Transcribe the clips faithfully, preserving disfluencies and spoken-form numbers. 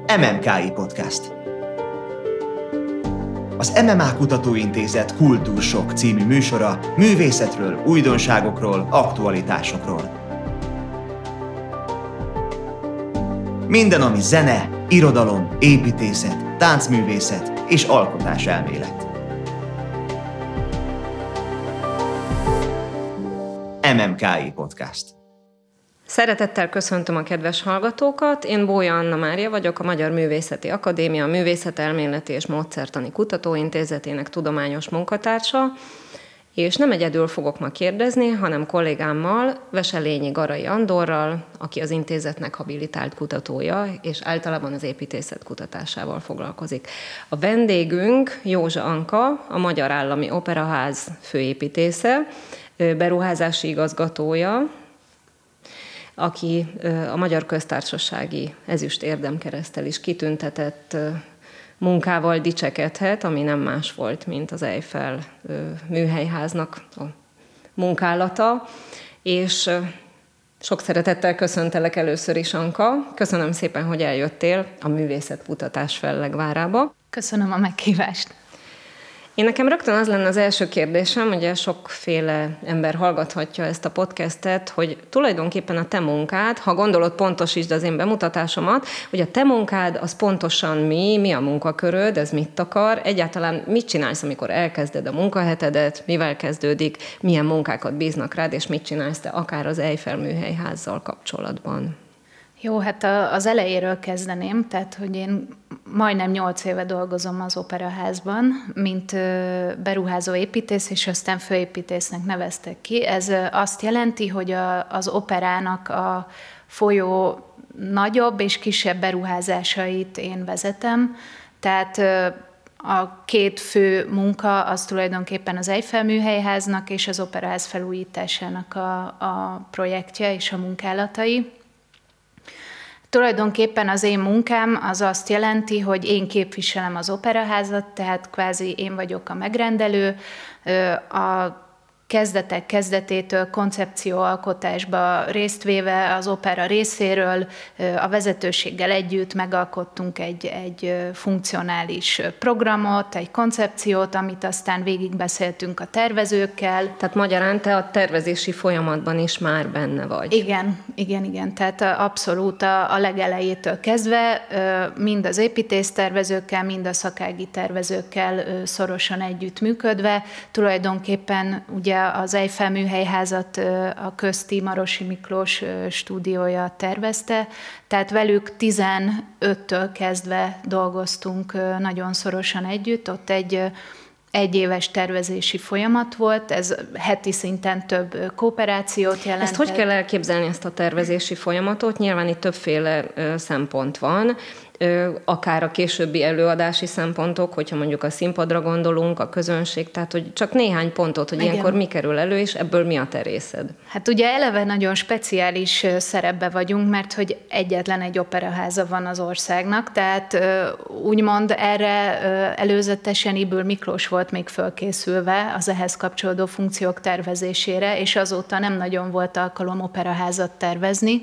em em ká i Podcast. Az em em á Kutatóintézet Kultúrsok című műsora művészetről, újdonságokról, aktualitásokról. Minden, ami zene, irodalom, építészet, táncművészet és alkotáselmélet. em em ká i Podcast. Szeretettel köszöntöm a kedves hallgatókat, én Bója Anna Mária vagyok, a Magyar Művészeti Akadémia Művészetelméleti és Módszertani Kutatóintézetének tudományos munkatársa, és nem egyedül fogok ma kérdezni, hanem kollégámmal, Veselényi Garai Andorral, aki az intézetnek habilitált kutatója, és általában az építészet kutatásával foglalkozik. A vendégünk Józsa Anka, a Magyar Állami Operaház főépítésze, beruházási igazgatója, aki a Magyar Köztársasági Ezüst Érdemkereszttel is kitüntetett munkával dicsekedhet, ami nem más volt, mint az Eiffel műhelyháznak a munkálata. És sok szeretettel köszöntelek először is, Anka. Köszönöm szépen, hogy eljöttél a művészetkutatás Fellegvárába. Köszönöm a meghívást. Én nekem rögtön az lenne az első kérdésem, ugye sokféle ember hallgathatja ezt a podcastet, hogy tulajdonképpen a te munkád, ha gondolod, pontosítsd az én bemutatásomat, hogy a te munkád az pontosan mi, mi a munkaköröd, ez mit akar, egyáltalán mit csinálsz, amikor elkezded a munkahetedet, mivel kezdődik, milyen munkákat bíznak rád, és mit csinálsz te akár az Eiffel műhelyházzal kapcsolatban? Jó, hát az elejéről kezdeném, tehát, hogy én majdnem nyolc éve dolgozom az Operaházban, mint beruházó építész, és aztán főépítésznek neveztek ki. Ez azt jelenti, hogy a, az operának a folyó nagyobb és kisebb beruházásait én vezetem, tehát a két fő munka az tulajdonképpen az Eiffel műhelyháznak és az Operaház felújításának a, a projektje és a munkálatai. Tulajdonképpen az én munkám az azt jelenti, hogy én képviselem az Operaházat, tehát kvázi én vagyok a megrendelő, a kezdetek kezdetétől koncepcióalkotásba résztvéve az opera részéről a vezetőséggel együtt megalkottunk egy, egy funkcionális programot, egy koncepciót, amit aztán végigbeszéltünk a tervezőkkel. Tehát magyarán te a tervezési folyamatban is már benne vagy. Igen, igen, igen. Tehát abszolút a, a legelejétől kezdve mind az építésztervezőkkel, mind a szakági tervezőkkel szorosan együttműködve, tulajdonképpen ugye az Eiffel műhelyházat a közti Marosi Miklós stúdiója tervezte, tehát velük tizenöttől kezdve dolgoztunk nagyon szorosan együtt, ott egy egyéves tervezési folyamat volt, ez heti szinten több kooperációt jelentett. Ezt hogy kell elképzelni, ezt a tervezési folyamatot? Nyilván itt többféle szempont van, akár a későbbi előadási szempontok, hogyha mondjuk a színpadra gondolunk, a közönség, tehát hogy csak néhány pontot, hogy Igen. ilyenkor mi kerül elő, és ebből mi a te részed? Hát ugye eleve nagyon speciális szerepbe vagyunk, mert hogy egyetlen egy operaháza van az országnak, tehát úgymond erre előzetesen Ybl Miklós volt még fölkészülve az ehhez kapcsolódó funkciók tervezésére, és azóta nem nagyon volt alkalom operaházat tervezni.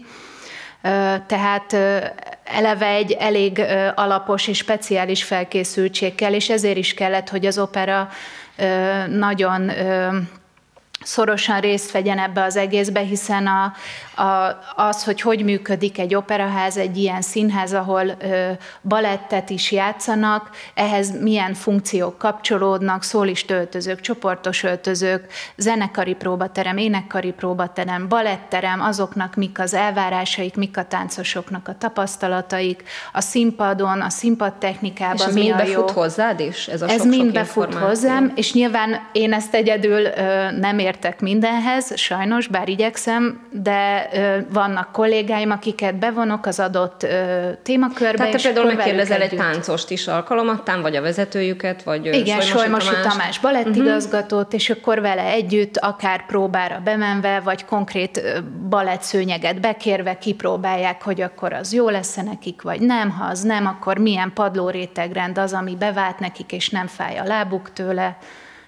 Tehát eleve egy elég alapos és speciális felkészültség kell, és ezért is kellett, hogy az opera nagyon szorosan részt vegyen ebbe az egészbe, hiszen a, a, az, hogy hogy működik egy operaház, egy ilyen színház, ahol ö, balettet is játszanak, ehhez milyen funkciók kapcsolódnak, szólista öltözők, csoportos öltözők, zenekari próbaterem, énekkari próbaterem, baletterem, azoknak mik az elvárásaik, mik a táncosoknak a tapasztalataik, a színpadon, a színpadtechnikában. És ez mi mind a befut jó. hozzád is? Ez, a ez sok-sok mind befut információ. hozzám, és nyilván én ezt egyedül ö, nem értek mindenhez, sajnos, bár igyekszem, de ö, vannak kollégáim, akiket bevonok az adott ö, témakörbe. Tehát te például megkérdezel egy együtt. táncost is alkalomattán, vagy a vezetőjüket, vagy Igen, Solymosi Tamás, Tamás balettigazgatót, uh-huh. és akkor vele együtt, akár próbára bemenve, vagy konkrét balettszőnyeget bekérve kipróbálják, hogy akkor az jó lesz nekik, vagy nem. Ha az nem, akkor milyen padlórétegrend az, ami bevált nekik, és nem fáj a lábuk tőle.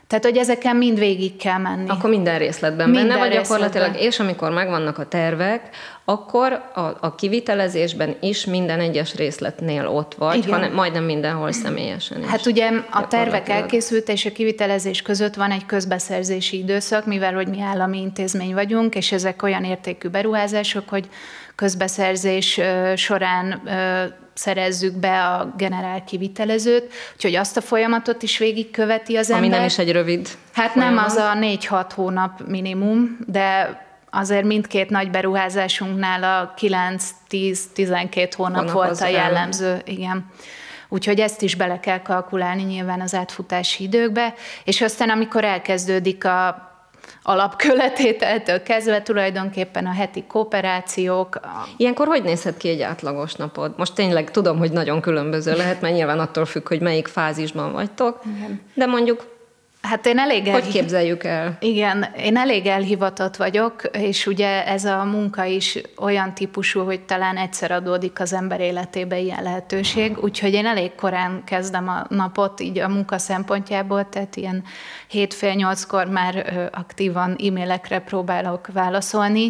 Tehát, hogy ezeken mind végig kell menni. Akkor minden részletben minden benne vagy részletben. gyakorlatilag, és amikor megvannak a tervek, akkor a, a kivitelezésben is minden egyes részletnél ott vagy, Igen. hanem majdnem mindenhol személyesen is. Hát ugye a tervek elkészült és a kivitelezés között van egy közbeszerzési időszak, mivel hogy mi állami intézmény vagyunk, és ezek olyan értékű beruházások, hogy közbeszerzés során szerezzük be a generál kivitelezőt, úgyhogy azt a folyamatot is végigköveti az Ami ember. nem is egy rövid Hát folyamat. nem az a négy-hat hónap minimum, de azért mindkét nagy beruházásunknál a kilenc-tíz-tizenkét hónap, hónap volt az a el. jellemző, igen. Úgyhogy ezt is bele kell kalkulálni nyilván az átfutási időkbe, és aztán amikor elkezdődik a alapkőletételtől kezdve tulajdonképpen a heti kooperációk. A... Ilyenkor hogy nézhet ki egy átlagos napod? Most tényleg tudom, hogy nagyon különböző lehet, mert nyilván attól függ, hogy melyik fázisban vagytok, igen. De mondjuk Hát én elég hogy képzeljük el? Igen, én elég elhivatott vagyok, és ugye ez a munka is olyan típusú, hogy talán egyszer adódik az ember életébe ilyen lehetőség, úgyhogy én elég korán kezdem a napot így a munka szempontjából, tehát ilyen hét fél nyolckor már aktívan e-mailekre próbálok válaszolni,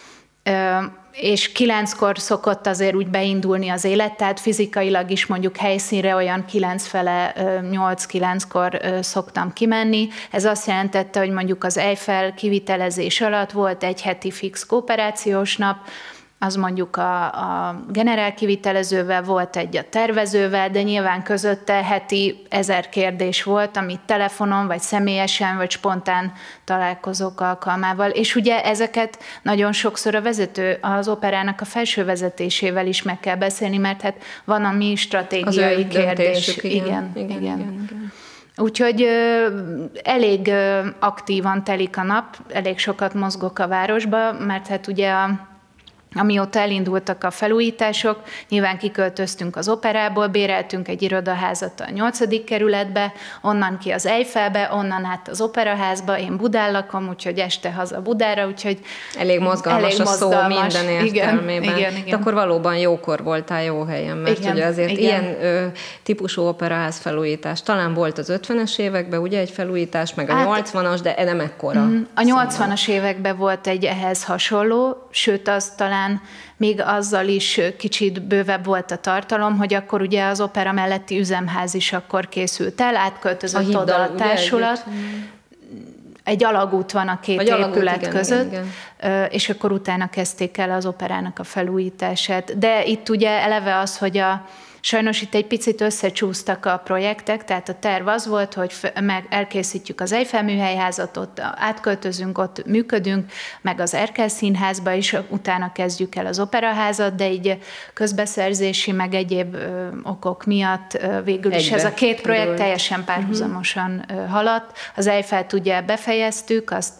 és kilenckor szokott azért úgy beindulni az élet, tehát fizikailag is mondjuk helyszínre olyan kilenc fele, nyolc-kilenckor szoktam kimenni. Ez azt jelentette, hogy mondjuk az Eiffel kivitelezés alatt volt egy heti fix kooperációs nap, az mondjuk a, a generál kivitelezővel volt, egy a tervezővel, de nyilván közötte heti ezer kérdés volt, amit telefonon, vagy személyesen, vagy spontán találkozók alkalmával. És ugye ezeket nagyon sokszor a vezető, az operának a felső vezetésével is meg kell beszélni, mert hát van a mi stratégiai kérdés. Igen, igen, igen, igen. igen, igen. Úgyhogy ö, elég ö, aktívan telik a nap, elég sokat mozgok a városba, mert hát ugye a amióta elindultak a felújítások, nyilván kiköltöztünk az operából, béreltünk egy irodaházat a nyolcadik kerületbe, onnan ki az Eiffelbe, onnan át az operaházba, én Budán lakom, úgyhogy este haza Budára, úgyhogy elég mozgalmas elég a szó mozgalmas. minden értelmében. Igen, igen, igen. De akkor valóban jókor voltál jó helyen, mert igen, ugye azért igen. ilyen ö, típusú operaház felújítás, talán volt az ötvenes években, ugye egy felújítás, meg a hát, nyolcvanas, de nem ekkora. A nyolcvanas években volt egy ehhez hasonló, sőt az talán még azzal is kicsit bővebb volt a tartalom, hogy akkor ugye az opera melletti üzemház is akkor készült el, átköltözött oda a társulat. Egy alagút van a két Vagy épület alagút, igen, között, igen, igen. És akkor utána kezdték el az operának a felújítását. De itt ugye eleve az, hogy a sajnos itt egy picit összecsúsztak a projektek, tehát a terv az volt, hogy meg elkészítjük az Eiffel műhelyházat, ott átköltözünk, ott működünk, meg az Erkel színházba is, utána kezdjük el az operaházat, de így közbeszerzési, meg egyéb ö, okok miatt ö, végül is Egybe. ez a két projekt Körül. teljesen párhuzamosan uh-huh. haladt. Az Eiffelt ugye befejeztük, azt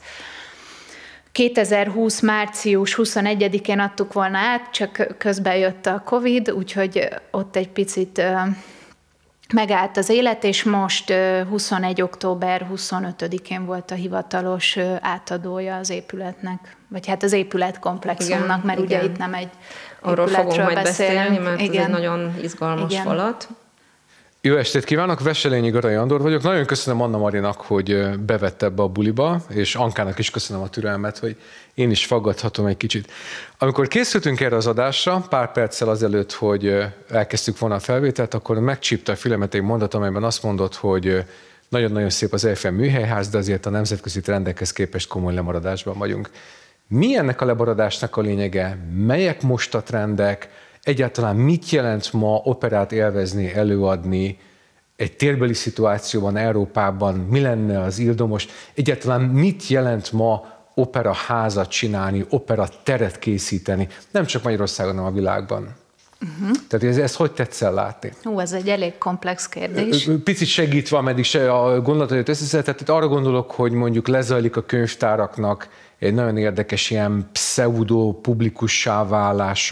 kétezer-húsz március huszonegyedikén adtuk volna át, csak közben jött a Covid, úgyhogy ott egy picit megállt az élet, és most huszonegy október huszonötödikén volt a hivatalos átadója az épületnek, vagy hát az épületkomplexumnak, igen, mert igen. ugye itt nem egy Arról fogunk majd beszélünk. beszélni, mert igen. ez egy nagyon izgalmas igen. falat. Jó estét kívánok, Veselényi Garai Andor vagyok. Nagyon köszönöm Anna Marinak, hogy bevett ebbe a buliba, és Ankának is köszönöm a türelmet, hogy én is faggathatom egy kicsit. Amikor készültünk erre az adásra, pár perccel azelőtt, hogy elkezdtük volna a felvételt, akkor megcsípte a fülemet egy mondat, amelyben azt mondott, hogy nagyon-nagyon szép az Eiffel műhelyház, de azért a nemzetközi trendekhez képest komoly lemaradásban vagyunk. Mi ennek a lemaradásnak a lényege? Melyek most a trendek? Egyáltalán mit jelent ma operát élvezni, előadni egy térbeli szituációban, Európában? Mi lenne az ildomos? Egyáltalán mit jelent ma operaházat csinálni, opera teret készíteni? Nem csak Magyarországon, hanem a világban. Uh-huh. Tehát ez, ezt hogy tetszel látni? Hú, ez egy elég komplex kérdés. Picit segítve, ameddig se a gondolatot összeszed, tehát itt arra gondolok, hogy mondjuk lezajlik a könyvtáraknak egy nagyon érdekes ilyen pseudo publikussá válása,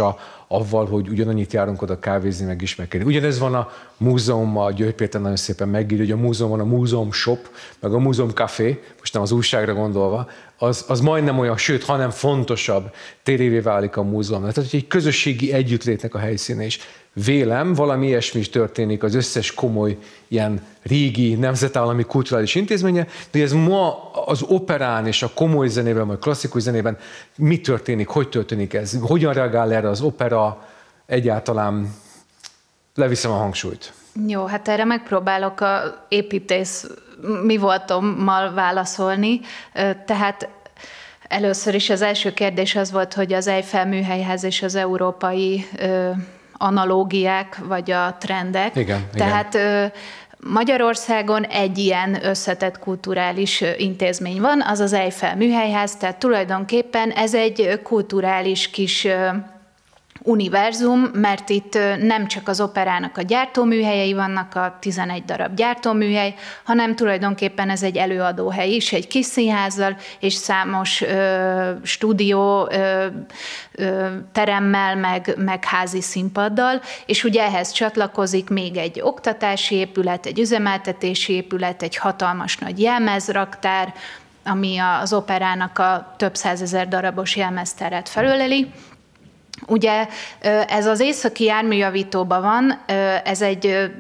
avval, hogy ugyanannyit járunk oda kávézni, meg ismerkedni. Ugyanez van a múzeummal, György Péter nagyon szépen megírja, hogy a múzeum van a múzeum shop, meg a múzeum café, most nem az újságra gondolva, az, az majdnem olyan, sőt, hanem fontosabb térévé válik a múzeum. Tehát, hogy egy közösségi együttlétnek a helyszíne is. Vélem, valami ilyesmi is történik az összes komoly, ilyen régi, nemzetállami kulturális intézménye, de ez ma az operán és a komoly zenében, vagy klasszikus zenében mi történik, hogy történik ez, hogyan reagál erre az opera, egyáltalán leviszem a hangsúlyt. Jó, hát erre megpróbálok a építész mi voltommal válaszolni. Tehát először is az első kérdés az volt, hogy az Eiffel műhelyház és az európai analógiák, vagy a trendek. Igen, Tehát igen. Magyarországon egy ilyen összetett kulturális intézmény van, az az Eiffel műhelyház, tehát tulajdonképpen ez egy kulturális kis univerzum, mert itt nem csak az operának a gyártóműhelyei vannak, a tizenegy darab gyártóműhely, hanem tulajdonképpen ez egy előadóhely is, egy kis színházzal és számos ö, stúdió ö, ö, teremmel, meg, meg házi színpaddal, és ugye ehhez csatlakozik még egy oktatási épület, egy üzemeltetési épület, egy hatalmas nagy jelmezraktár, ami az operának a több százezer darabos jelmeztárát felöleli. Ugye ez az északi járműjavítóban van, ez egy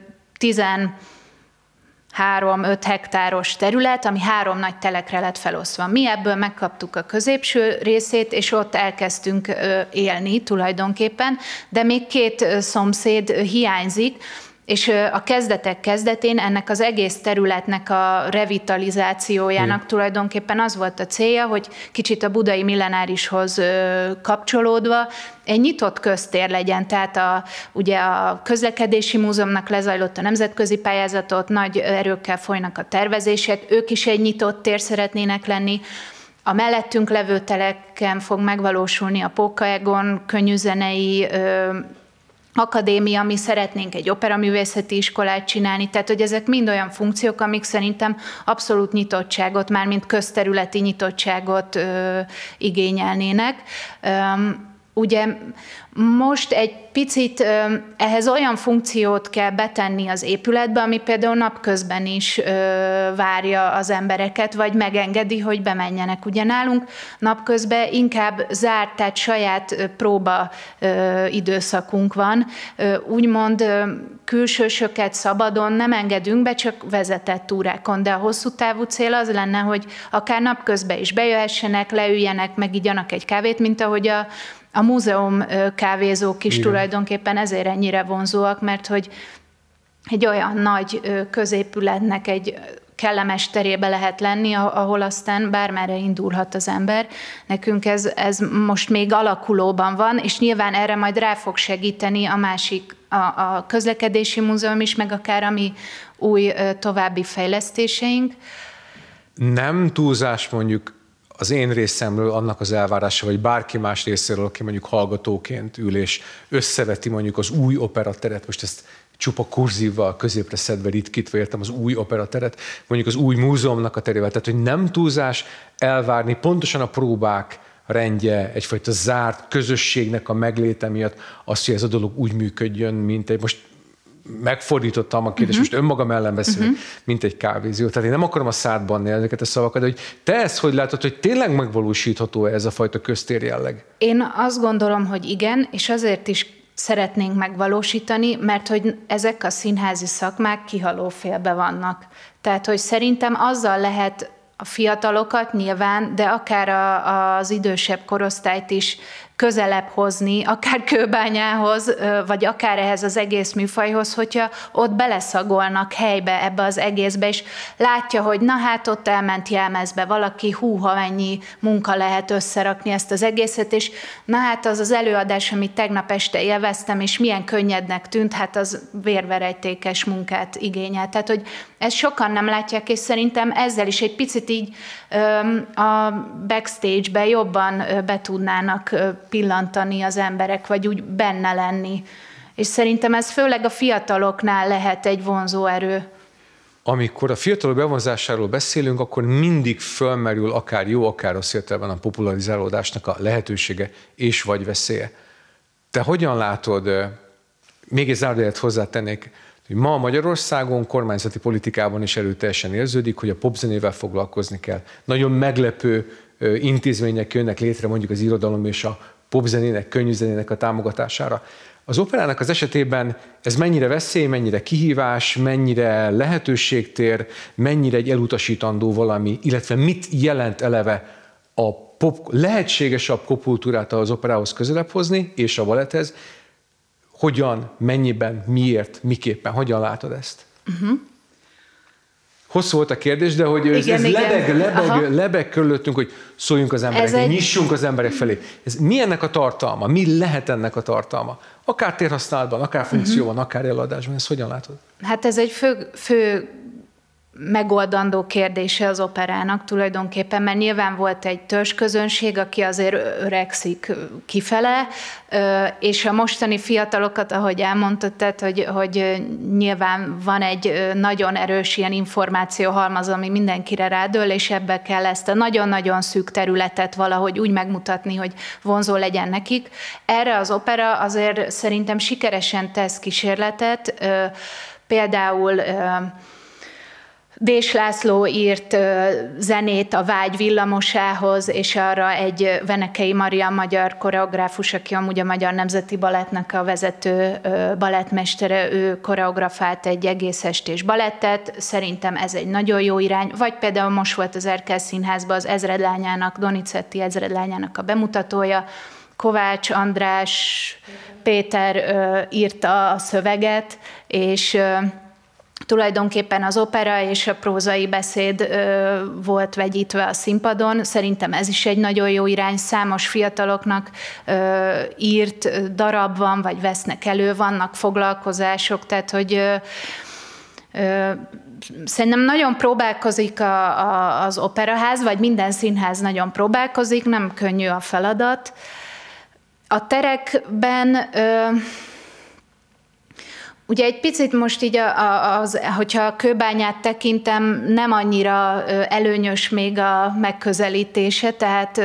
tizenhárom-öt hektáros terület, ami három nagy telekre lett felosztva. Mi ebből megkaptuk a középső részét, és ott elkezdtünk élni tulajdonképpen, de még két szomszéd hiányzik, és a kezdetek kezdetén ennek az egész területnek a revitalizációjának hmm. tulajdonképpen az volt a célja, hogy kicsit a budai millenárishoz kapcsolódva egy nyitott köztér legyen, tehát a, ugye a közlekedési múzeumnak lezajlott a nemzetközi pályázatot, nagy erőkkel folynak a tervezések, ők is egy nyitott tér szeretnének lenni. A mellettünk levő teleken fog megvalósulni a Póka Egon könnyűzenei akadémia, mi szeretnénk egy operaművészeti iskolát csinálni, tehát hogy ezek mind olyan funkciók, amik szerintem abszolút nyitottságot, mármint közterületi nyitottságot ö, igényelnének. Üm, Ugye most egy picit ehhez olyan funkciót kell betenni az épületbe, ami például napközben is várja az embereket, vagy megengedi, hogy bemenjenek. Ugye nálunk napközben inkább zárt, tehát saját próba időszakunk van. Úgymond külsősöket szabadon nem engedünk be, csak vezetett túrákon, de a hosszú távú cél az lenne, hogy akár napközben is bejöhessenek, leüljenek, megigyanak egy kávét, mint ahogy a A múzeum kávézók is igen. tulajdonképpen ezért ennyire vonzóak, mert hogy egy olyan nagy középületnek egy kellemes terébe lehet lenni, ahol aztán bármerre indulhat az ember. Nekünk ez, ez most még alakulóban van, és nyilván erre majd rá fog segíteni a másik, a, a közlekedési múzeum is, meg akár a mi új további fejlesztéseink. Nem túlzás mondjuk az én részemről annak az elvárása, vagy bárki más részéről, aki mondjuk hallgatóként ül, és összeveti mondjuk az új operateret, most ezt csupa kurzívval középre szedve ritkítva értem az új operateret, mondjuk az új múzeumnak a terével. Tehát, hogy nem túlzás elvárni pontosan a próbák rendje, egyfajta zárt közösségnek a megléte miatt azt, hogy ez a dolog úgy működjön, mint egy most megfordítottam a kérdést, uh-huh. most önmagam ellen beszélek, uh-huh. mint egy kávézó. Tehát én nem akarom a szádban nézni ezeket a szavakat, de hogy te ezt hogy látod, hogy tényleg megvalósítható ez a fajta köztér jelleg? Én azt gondolom, hogy igen, és azért is szeretnénk megvalósítani, mert hogy ezek a színházi szakmák kihaló félbe vannak. Tehát, hogy szerintem azzal lehet a fiatalokat nyilván, de akár a, az idősebb korosztályt is közelebb hozni, akár Kőbányához, vagy akár ehhez az egész műfajhoz, hogyha ott beleszagolnak helybe ebbe az egészbe, és látja, hogy na hát ott elment jelmezbe valaki, húha mennyi munka lehet összerakni ezt az egészet, és na hát az az előadás, amit tegnap este élveztem, és milyen könnyednek tűnt, hát az vérverejtékes munkát igényel. Tehát, hogy ezt sokan nem látják, és szerintem ezzel is egy picit így a backstage-be jobban be tudnának pillantani az emberek, vagy úgy benne lenni. És szerintem ez főleg a fiataloknál lehet egy vonzó erő. Amikor a fiatalok bevonzásáról beszélünk, akkor mindig fölmerül akár jó, akár rossz értelemben a popularizálódásnak a lehetősége és vagy veszélye. te hogyan látod, még egy zárójelet hozzátennék, hogy ma Magyarországon kormányzati politikában is erőteljesen érződik, hogy a popzenével foglalkozni kell. Nagyon meglepő intézmények jönnek létre mondjuk az irodalom és a popzenének, könnyűzenének a támogatására. Az operának az esetében ez mennyire veszély, mennyire kihívás, mennyire lehetőségtér, mennyire egy elutasítandó valami, illetve mit jelent eleve a pop, lehetséges a popkultúrát az operához közelebb hozni, és a baletthez, hogyan, mennyiben, miért, miképpen, hogyan látod ezt? Uh-huh. Hosszú volt a kérdés, de hogy ez, igen, ez igen. lebeg, lebeg, lebeg körülöttünk, hogy szóljunk az embereknek, egy... nyissunk az emberek felé. Ez mi ennek a tartalma? Mi lehet ennek a tartalma? Akár térhasználatban, akár funkcióban, uh-huh. akár eladásban. Ezt hogyan látod? Hát ez egy fő, fő megoldandó kérdése az operának tulajdonképpen, mert nyilván volt egy törzsközönség, aki azért öregszik kifele, és a mostani fiatalokat, ahogy elmondtad, tehát, hogy, hogy nyilván van egy nagyon erős ilyen információhalmaz, ami mindenkire rádől, és ebbe kell ezt a nagyon-nagyon szűk területet valahogy úgy megmutatni, hogy vonzó legyen nekik. Erre az opera azért szerintem sikeresen tesz kísérletet, például Dés László írt zenét a Vágy villamosához, és arra egy Venekei Maria magyar koreográfus, aki amúgy a Magyar Nemzeti Balettnak a vezető balettmestere, ő koreografált egy egész estés balettet, szerintem ez egy nagyon jó irány. Vagy például most volt az Erkel Színházban az Ezredlányának, Donizetti Ezredlányának a bemutatója, Kovács András Péter írta a szöveget, és tulajdonképpen az opera és a prózai beszéd ö, volt vegyítve a színpadon. Szerintem ez is egy nagyon jó irány. Számos fiataloknak ö, írt darab van, vagy vesznek elő, vannak foglalkozások, tehát hogy ö, ö, szerintem nagyon próbálkozik a, a, az operaház, vagy minden színház nagyon próbálkozik, nem könnyű a feladat. A terekben... Ö, Ugye egy picit most így, a, a, az, hogyha a Kőbányát tekintem, nem annyira előnyös még a megközelítése, tehát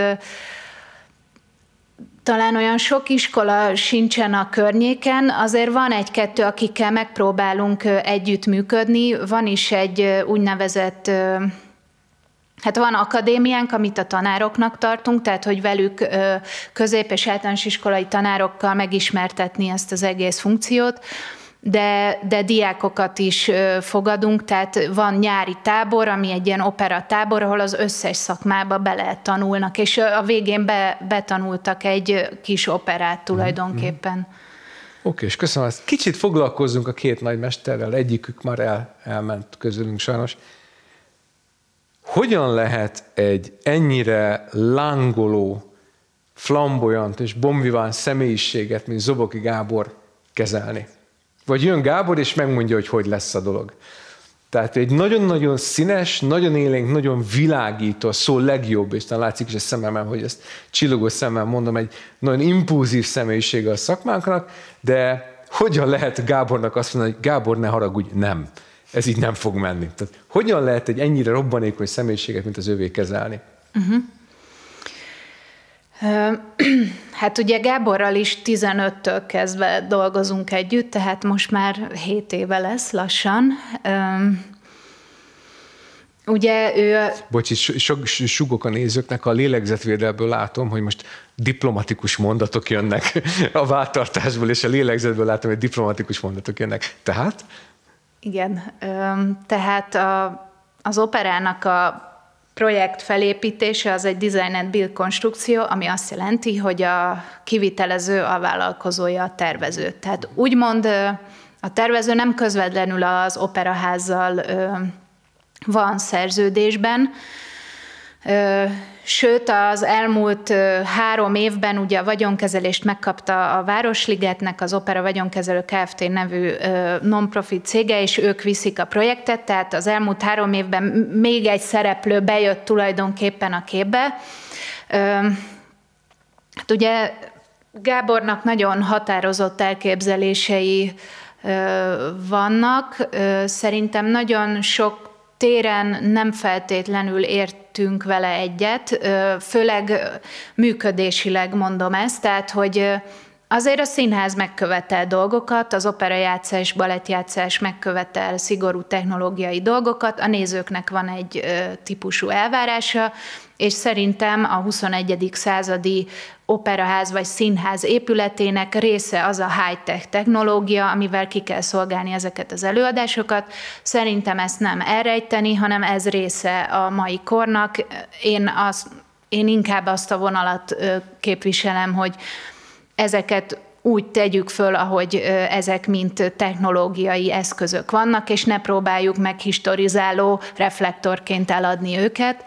talán olyan sok iskola sincsen a környéken, azért van egy-kettő, akikkel megpróbálunk együttműködni, van is egy úgynevezett... Hát van akadémiánk, amit a tanároknak tartunk, tehát hogy velük közép- és általános iskolai tanárokkal megismertetni ezt az egész funkciót, de, de diákokat is fogadunk, tehát van nyári tábor, ami egy ilyen opera tábor, ahol az összes szakmába bele tanulnak, és a végén be, betanultak egy kis operát tulajdonképpen. Mm-hmm. Oké, és köszönöm. Kicsit foglalkozzunk a két nagymesterrel, egyikük már el, elment közülünk sajnos. Hogyan lehet egy ennyire lángoló, flamboyant és bombiván személyiséget, mint Zoboki Gábor kezelni? Vagy jön Gábor, és megmondja, hogy hogy lesz a dolog. Tehát egy nagyon-nagyon színes, nagyon élénk, nagyon világító, szó legjobb, és talán látszik is a szememben, hogy ezt csillogó szemmel mondom, egy nagyon impulzív személyisége a szakmánknak, de hogyan lehet Gábornak azt mondani, hogy Gábor, ne haragudj, nem. Ez így nem fog menni. Tehát hogyan lehet egy ennyire robbanékony személyiséget, mint az övé kezelni? Uh-huh. Hát ugye Gáborral is tizenöttől kezdve dolgozunk együtt, tehát most már hét éve lesz lassan. Ugye ő... Bocsi, sugok a nézőknek, a lélegzetvédelből látom, hogy most diplomatikus mondatok jönnek a váltartásból, és a lélegzetből látom, hogy diplomatikus mondatok jönnek. Tehát? Igen, tehát a, az operának a projekt felépítése az egy design and build konstrukció, ami azt jelenti, hogy a kivitelező a vállalkozója, a tervező. Tehát úgymond a tervező nem közvetlenül az operaházzal van szerződésben, sőt, az elmúlt három évben ugye a vagyonkezelést megkapta a Városligetnek az Opera Vagyonkezelő Kft. Nevű non-profit cége, és ők viszik a projektet, tehát az elmúlt három évben még egy szereplő bejött tulajdonképpen a képbe. Hát ugye Gábornak nagyon határozott elképzelései vannak, szerintem nagyon sok téren nem feltétlenül értünk vele egyet, főleg működésileg mondom ezt, tehát hogy Azért a színház megkövetel dolgokat, az operajátszás, balettjátszás megkövetel szigorú technológiai dolgokat, a nézőknek van egy ö, típusú elvárása, és szerintem a huszonegyedik századi operaház vagy színház épületének része az a high-tech technológia, amivel ki kell szolgálni ezeket az előadásokat. Szerintem ezt nem elrejteni, hanem ez része a mai kornak. Én, az, én inkább azt a vonalat ö, képviselem, hogy ezeket úgy tegyük föl, ahogy ezek mint technológiai eszközök vannak, és ne próbáljuk meg historizáló reflektorként eladni őket.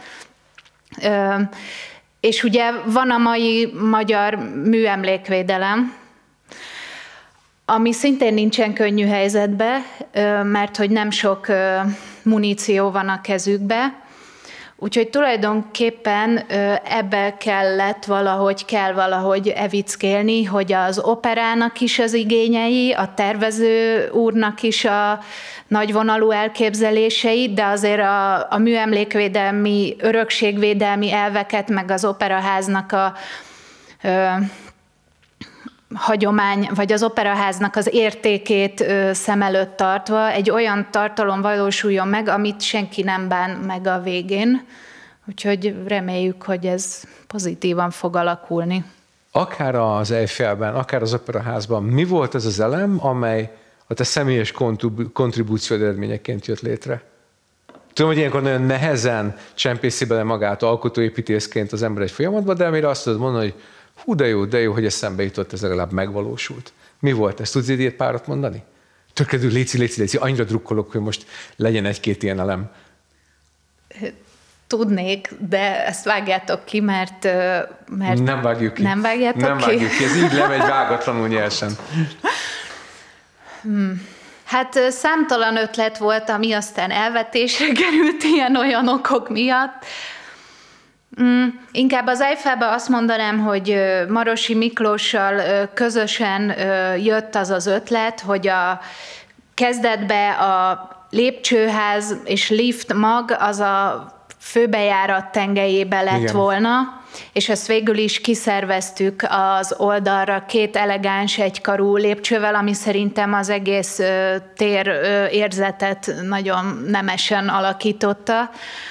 És ugye van a mai magyar műemlékvédelem, ami szintén nincsen könnyű helyzetbe, mert hogy nem sok muníció van a kezükbe, úgyhogy tulajdonképpen ebbe kellett valahogy, kell valahogy evickélni, hogy az operának is az igényei, a tervező úrnak is a nagyvonalú elképzelései, de azért a, a műemlékvédelmi, örökségvédelmi elveket, meg az operaháznak a ö, hagyomány, vagy az operaháznak az értékét ö, szem előtt tartva egy olyan tartalom valósuljon meg, amit senki nem bán meg a végén. Úgyhogy reméljük, hogy ez pozitívan fog alakulni. Akár az Eiffelben, akár az operaházban, mi volt ez az elem, amely a te személyes kontribúciód eredményeként jött létre? Tudom, hogy ilyenkor nagyon nehezen csempészi bele magát alkotóépítészként az ember egy folyamatba, de amire azt tudod mondani, hogy hú, de jó, de jó, hogy eszembe jutott, ez legalább megvalósult. Mi volt ez? Tudsz egy párat mondani? Tökéletül, léci, léci, léci, annyira drukkolok, hogy most legyen egy-két ilyen elem. Tudnék, de ezt vágjátok ki, mert... mert nem vágjuk ki. Nem vágjátok nem ki? Nem vágjuk ki, ez így lemegy vágatlanul nyersen. Hmm. Hát számtalan ötlet volt, ami aztán elvetésre került ilyen-olyan okok miatt. Mm, inkább az Eiffelben azt mondanám, hogy Marosi Miklóssal közösen jött az az ötlet, hogy a kezdetben a lépcsőház és lift mag az a főbejárat tengelyébe lett Igen. volna, és ezt végül is kiszerveztük az oldalra két elegáns egykarú lépcsővel, ami szerintem az egész tér érzetet nagyon nemesen alakította.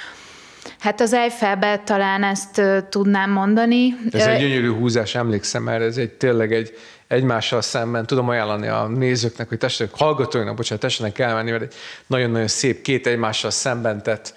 Hát az Eiffelben talán ezt tudnám mondani. Ez egy gyönyörű húzás, emlékszem erre, ez egy tényleg egy egymással szemben, tudom ajánlani a nézőknek, hogy tessenek, hallgatóinak, bocsánat, tessenek elmenni, mert egy nagyon-nagyon szép két egymással szemben tett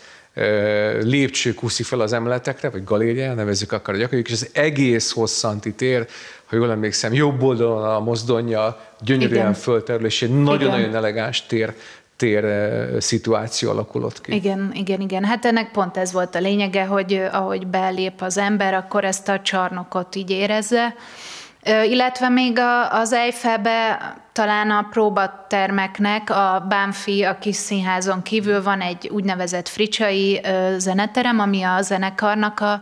lépcső kúszik fel az emeletekre, vagy galériára, nevezzük akár, hogy akarjuk, és az egész hosszanti tér, ha jól emlékszem, jobb oldalon a mozdonnyal gyönyörűen fölterül, és egy nagyon-nagyon elegáns tér, tér szituáció alakulott ki. Igen, igen, igen. Hát ennek pont ez volt a lényege, hogy ahogy belép az ember, akkor ezt a csarnokot így érezze. Illetve még az Eiffelbe talán a próbatermeknek, a Bánfi, a kis színházon kívül van egy úgynevezett fricsai zeneterem, ami a zenekarnak a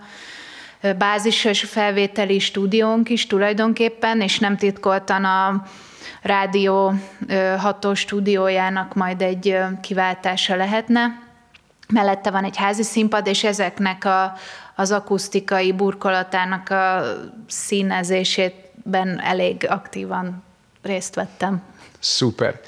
bázisos felvételi stúdiónk is tulajdonképpen, és nem titkoltan a Rádió hatós stúdiójának majd egy kiváltása lehetne. Mellette van egy házi színpad, és ezeknek a, az akusztikai burkolatának a színezésében elég aktívan részt vettem. Szuper.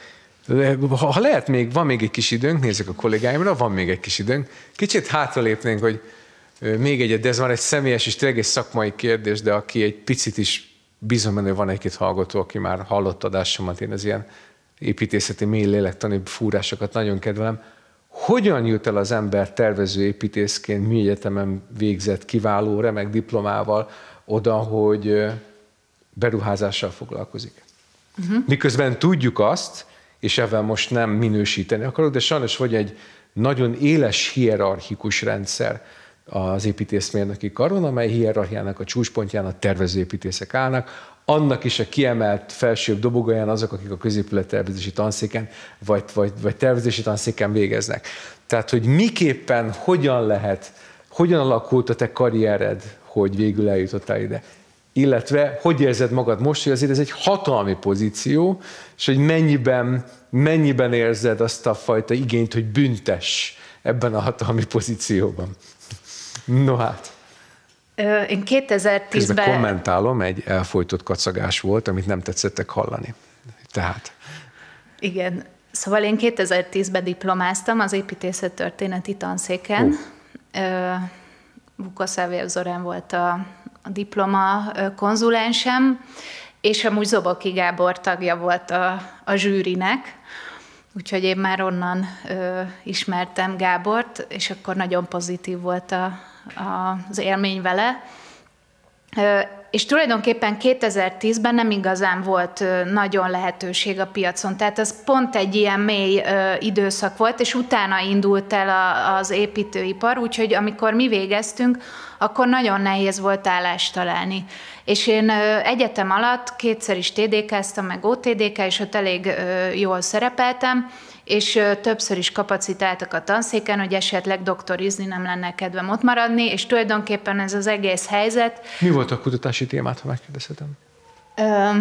Ha lehet, még van még egy kis időnk, nézzük a kollégáimra, van még egy kis időnk. Kicsit hátralépnénk, hogy még egyet, de ez már egy személyes és tényleg egy szakmai kérdés, de aki egy picit is bízom benne, hogy van egy-két hallgató, aki már hallott adásomat, én az ilyen építészeti mély lélektani fúrásokat nagyon kedvelem. Hogyan jut el az ember tervező építészként, műegyetemen végzett kiváló, remek diplomával oda, hogy beruházással foglalkozik? Uh-huh. Miközben tudjuk azt, és ebben most nem minősíteni akarok, de sajnos vagy egy nagyon éles hierarchikus rendszer az építészmérnöki karon, amely hierarchiának a csúcspontján a tervezőépítészek állnak, annak is a kiemelt felsőbb dobogóján azok, akik a középülettervezési tanszéken vagy, vagy, vagy tervezési tanszéken végeznek. Tehát, hogy miképpen, hogyan lehet, hogyan alakult a te karriered, hogy végül eljutottál ide. Illetve, hogy érzed magad most, hogy azért ez egy hatalmi pozíció, és hogy mennyiben, mennyiben érzed azt a fajta igényt, hogy büntess ebben a hatalmi pozícióban. No hát. Én kétezer-tízben... Közben kommentálom, egy elfojtott kacagás volt, amit nem tetszettek hallani. Tehát... Igen. Szóval én kétezer-tízben diplomáztam az építészettörténeti tanszéken. Uh. Vukoszávjev Zorán volt a, a diploma konzulensem, és amúgy Zoboki Gábor tagja volt a, a zsűrinek, úgyhogy én már onnan ö, ismertem Gábort, és akkor nagyon pozitív volt a, a, az élmény vele. Ö, és tulajdonképpen kétezer-tízben nem igazán volt ö, nagyon lehetőség a piacon, tehát ez pont egy ilyen mély ö, időszak volt, és utána indult el a, az építőipar, úgyhogy amikor mi végeztünk, akkor nagyon nehéz volt állást találni. És én ö, egyetem alatt kétszer is té dé ká-ztam, meg o té dé ká, és ott elég ö, jól szerepeltem, és ö, többször is kapacitáltak a tanszéken, hogy esetleg doktorizni nem lenne kedvem ott maradni, és tulajdonképpen ez az egész helyzet... Mi volt a kutatási témát, ha megkérdezhetem? Ö,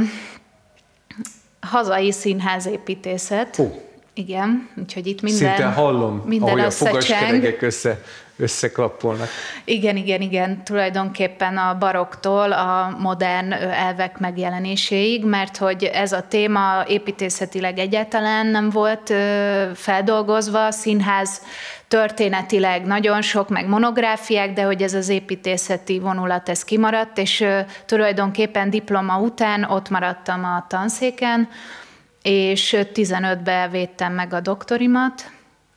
hazai színházépítészet. Ó. Igen, úgyhogy itt minden Szinte hallom, minden ahogy a összecseng. fogaskeregek össze, összeklappolnak. Igen, igen, igen, tulajdonképpen a baroktól a modern elvek megjelenéséig, mert hogy ez a téma építészetileg egyáltalán nem volt feldolgozva, színház történetileg nagyon sok, meg monográfiák, de hogy ez az építészeti vonulat, ez kimaradt, és tulajdonképpen diploma után ott maradtam a tanszéken, és tizenötben védtem meg a doktorimat.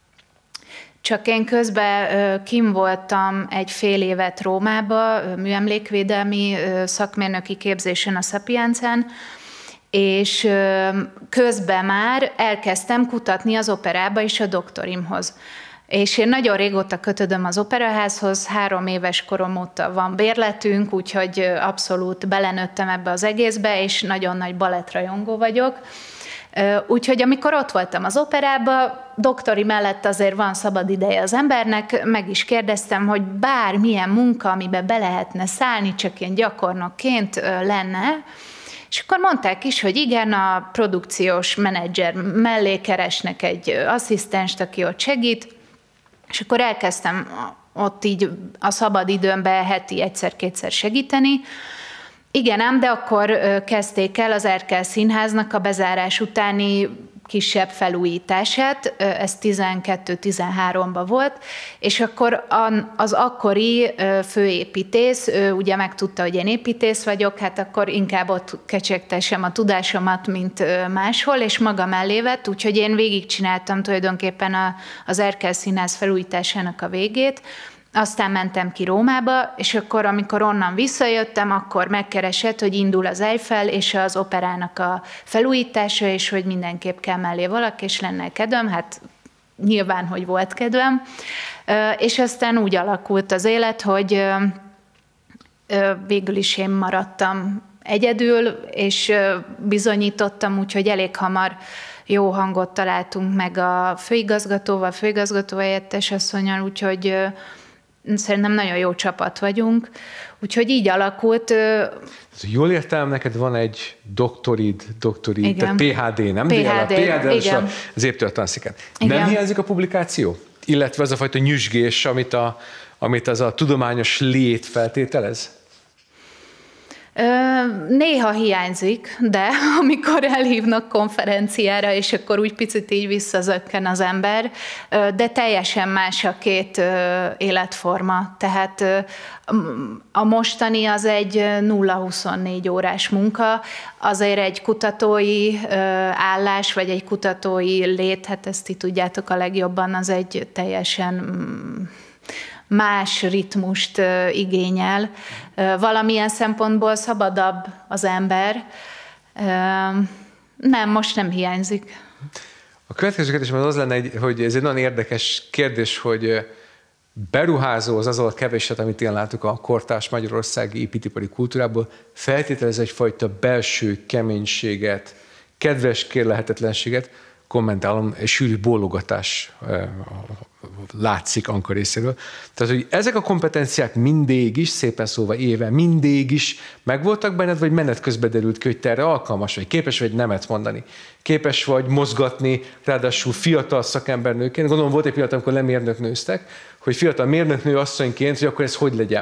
Csak én közben kim voltam egy fél évet Rómába, műemlékvédelmi szakmérnöki képzésen a Szapiencen, és közben már elkezdtem kutatni az operába is a doktorimhoz. És én nagyon régóta kötődöm az operaházhoz, három éves korom óta van bérletünk, úgyhogy abszolút belenőttem ebbe az egészbe, és nagyon nagy balettrajongó vagyok. Úgyhogy amikor ott voltam az operában, doktori mellett azért van szabad ideje az embernek, meg is kérdeztem, hogy bármilyen munka, amiben be lehetne szállni, csak ilyen gyakornokként lenne, és akkor mondták is, hogy igen, a produkciós menedzser mellé keresnek egy asszisztenst, aki ott segít, és akkor elkezdtem ott így a szabad időmben heti egyszer-kétszer segíteni. Igen ám, de akkor kezdték el az Erkel Színháznak a bezárás utáni kisebb felújítását, ez tizenkettő-tizenháromban volt, és akkor az akkori főépítész, ő ugye megtudta, hogy én építész vagyok, hát akkor inkább ott kecsegtessem a tudásomat, mint máshol, és maga mellé vett, úgyhogy én végigcsináltam tulajdonképpen az Erkel Színház felújításának a végét. Aztán mentem ki Rómába, és akkor, amikor onnan visszajöttem, akkor megkeresett, hogy indul az Eiffel és az operának a felújítása, és hogy mindenképp kell mellé valaki, és lenne kedvem, hát nyilván, hogy volt kedvem. És aztán úgy alakult az élet, hogy végül is én maradtam egyedül, és bizonyítottam, úgyhogy elég hamar jó hangot találtunk meg a főigazgatóval, főigazgató helyettes asszonnyal, úgyhogy szerintem nagyon jó csapat vagyunk, úgyhogy így alakult. Jól értem, neked van egy doktorid, doktorid, igen. tehát pé há dé, nem? pé há dé, pé há dé igen. Az építőtanszéken. Igen. Nem hiányzik a publikáció? Illetve az a fajta nyüzsgés, amit, a, amit az a tudományos lét feltételez? Néha hiányzik, de amikor elhívnak konferenciára, és akkor úgy picit így visszazökken az ember, de teljesen más a két életforma. Tehát a mostani az egy nulla huszonnégy órás munka, azért egy kutatói állás, vagy egy kutatói lét, hát ezt ti tudjátok a legjobban, az egy teljesen más ritmust igényel. Valamilyen szempontból szabadabb az ember. Nem, most nem hiányzik. A következő kérdésem az lenne, hogy ez egy nagyon érdekes kérdés, hogy beruházó az azzal a keveset, amit én látok a kortárs magyarországi építőipari kultúrából, feltételez egyfajta belső keménységet, kedves kérlehetetlenséget, kommentálom, egy sűrű bólogatás látszik Anka részéről. Tehát, hogy ezek a kompetenciák mindig is, szépen szóval éve, mindig is megvoltak benned, vagy menet közben derült ki, hogy te erre alkalmas vagy, képes vagy nemet mondani, képes vagy mozgatni, ráadásul fiatal szakembernőként. Gondolom volt egy pillanat, amikor lemérnöknőztek, hogy fiatal mérnöknő asszonyként, hogy akkor ez hogy legyen.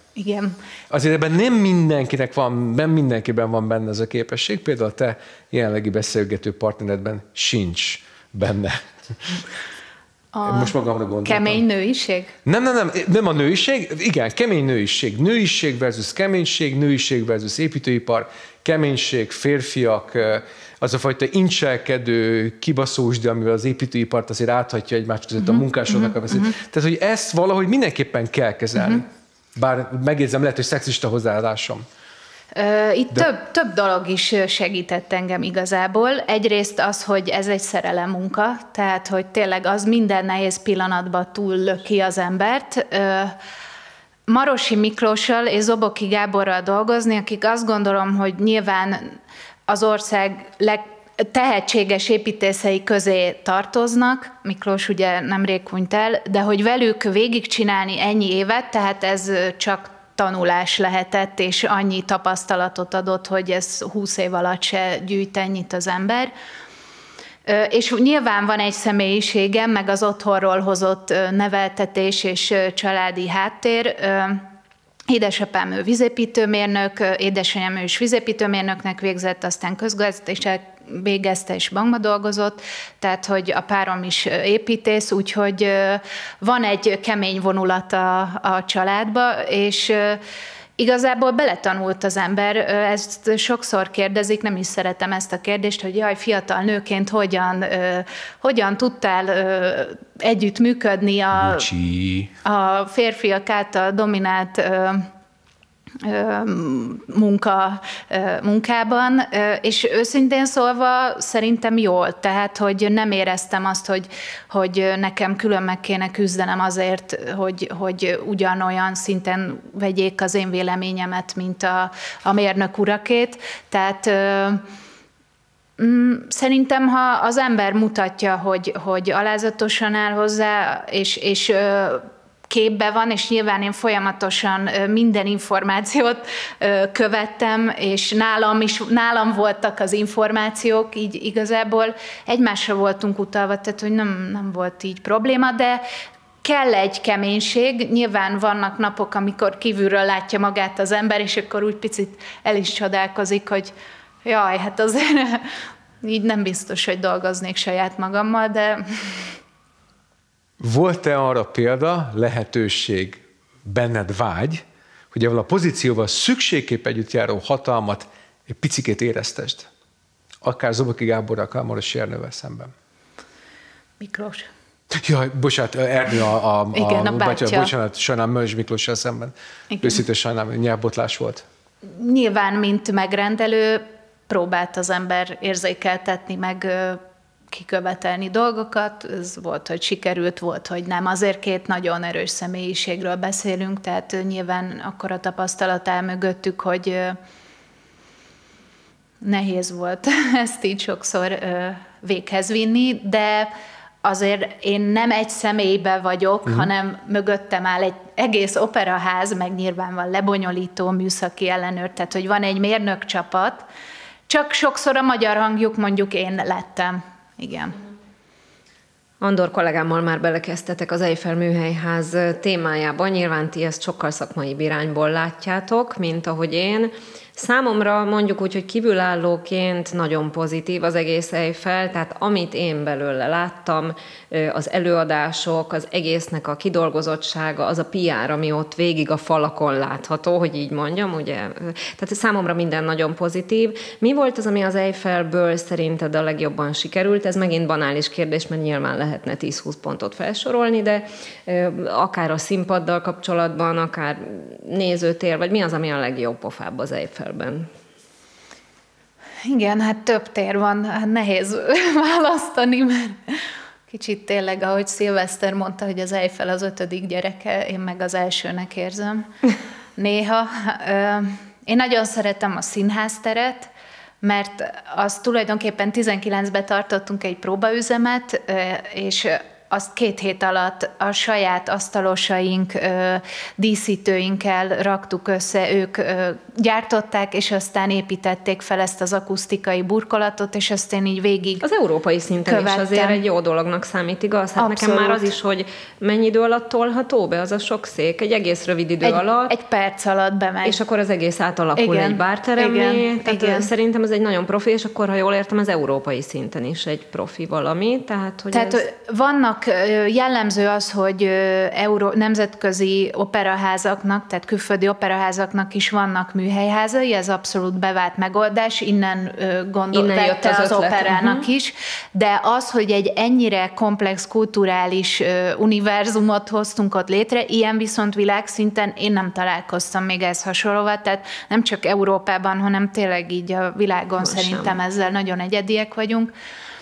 Igen. Azért ebben nem mindenkinek van, nem mindenkiben van benne ez a képesség, például a te jelenlegi beszélgető partneredben sincs benne. A Most magamra gondoltam. Kemény nőiség? Nem, nem, nem, nem a nőiség, igen, kemény nőiség. Nőiség versus keménység, nőiség versus építőipar, keménység, férfiak, az a fajta incselkedő kibaszósdi, amivel az építőipart azért áthatja egymás között uh-huh, a munkásoknak a veszélyt. Uh-huh. Tehát, hogy ezt valahogy mindenképpen kell kezelni. Uh-huh. Bár megjegyzem, lehet, hogy szexista hozzáállásom. Itt De... több, több dolog is segített engem igazából. Egyrészt az, hogy ez egy szerelem munka, tehát, hogy tényleg az minden nehéz pillanatban túl ki az embert. Marosi Miklóssal és Zoboki Gáborral dolgozni, akik azt gondolom, hogy nyilván az ország leg tehetséges építészei közé tartoznak, Miklós ugye nemrég hunyt el, de hogy velük végigcsinálni ennyi évet, tehát ez csak tanulás lehetett, és annyi tapasztalatot adott, hogy ez húsz év alatt se gyűjt ennyit az ember. És nyilván van egy személyiségem, meg az otthonról hozott neveltetés és családi háttér. Édesapám ő vízépítőmérnök, édesanyám ő is vízépítőmérnöknek végzett, aztán közgazdaságot végezte és bankba dolgozott, tehát hogy a párom is építész, úgyhogy van egy kemény vonulat a, a családba, és igazából beletanult az ember, ezt sokszor kérdezik, nem is szeretem ezt a kérdést, hogy jaj, fiatal nőként hogyan, hogyan tudtál együtt működni a, a férfiak által dominált munka, munkában, és őszintén szólva szerintem jól, tehát hogy nem éreztem azt, hogy, hogy nekem külön meg kéne küzdenem azért, hogy, hogy ugyanolyan szinten vegyék az én véleményemet, mint a, a mérnök urakét, tehát szerintem, ha az ember mutatja, hogy, hogy alázatosan áll hozzá, és, és képbe van, és nyilván én folyamatosan minden információt követtem, és nálam is, nálam voltak az információk, így igazából egymásra voltunk utalva, tehát hogy nem, nem volt így probléma, de kell egy keménység, nyilván vannak napok, amikor kívülről látja magát az ember, és akkor úgy picit el is csodálkozik, hogy jaj, hát azért így nem biztos, hogy dolgoznék saját magammal, de... Volt-e arra példa, lehetőség, benned vágy, hogy ezzel a pozícióval szükségképp együtt járó hatalmat egy picikét éreztesd? Akár Zoboki Gáborral, akár Marosi Ernővel szemben. Miklós. Jaj, bocsánat, Ernő a, a, Igen, a, a bátyja. Bocsánat, sajnálom, Mölzs Miklóssal szemben. Őszintén sajnálom, nyelvbotlás volt. Nyilván, mint megrendelő, próbált az ember érzékeltetni, meg kikövetelni dolgokat. Ez volt, hogy sikerült, volt, hogy nem. Azért két nagyon erős személyiségről beszélünk, tehát nyilván akkor a tapasztalat áll mögöttük, hogy nehéz volt ezt így sokszor véghez vinni, de azért én nem egy személybe vagyok, uh-huh. hanem mögöttem áll egy egész operaház, meg nyilván van lebonyolító, műszaki ellenőr, tehát hogy van egy mérnök csapat, csak sokszor a magyar hangjuk mondjuk én lettem. Igen. Andor kollégámmal már belekezdtetek az Eiffel Műhelyház témájában, nyilván ti ezt sokkal szakmaibb irányból látjátok, mint ahogy én. Számomra mondjuk úgy, hogy kívülállóként nagyon pozitív az egész Eiffel, tehát amit én belőle láttam, az előadások, az egésznek a kidolgozottsága, az a pé er, ami ott végig a falakon látható, hogy így mondjam, ugye? Tehát számomra minden nagyon pozitív. Mi volt az, ami az Eiffelből szerinted a legjobban sikerült? Ez megint banális kérdés, mert nyilván lehetne tíz-húsz pontot felsorolni, de akár a színpaddal kapcsolatban, akár nézőtér, vagy mi az, ami a legjobb pofább az Eiffelben? Igen, hát több tér van, hát nehéz választani, mert kicsit tényleg, ahogy Szilveszter mondta, hogy az Eiffel az ötödik gyereke, én meg az elsőnek érzem néha. Én nagyon szeretem a színházteret, mert azt tulajdonképpen tizenkilencben tartottunk egy próbaüzemet, és azt két hét alatt a saját asztalosaink, díszítőinkkel raktuk össze, ők gyártották, és aztán építették fel ezt az akusztikai burkolatot, és azt én így végig Az európai szinten követtem. is azért egy jó dolognak számít, igaz? Hát Abszolút. nekem már az is, hogy mennyi idő alatt tolható be az a sok szék? Egy egész rövid idő egy, alatt. egy perc alatt bemegy. És akkor az egész átalakul Igen, egy bárteremmé. igen, Tehát igen. szerintem ez egy nagyon profi, és akkor, ha jól értem, az európai szinten is egy profi valami. Tehát, hogy Tehát ez... vannak, jellemző az, hogy euró, nemzetközi operaházaknak, tehát külföldi operaházaknak is vannak műhelyházai, ez abszolút bevált megoldás, innen gondolták Innen jött az az, az ötlet. operának Uh-huh. is, de az, hogy egy ennyire komplex kulturális univerzumot hoztunk ott létre, ilyen viszont világszinten én nem találkoztam még ehhez hasonlóval, tehát nem csak Európában, hanem tényleg így a világon Most szerintem sem. ezzel nagyon egyediek vagyunk.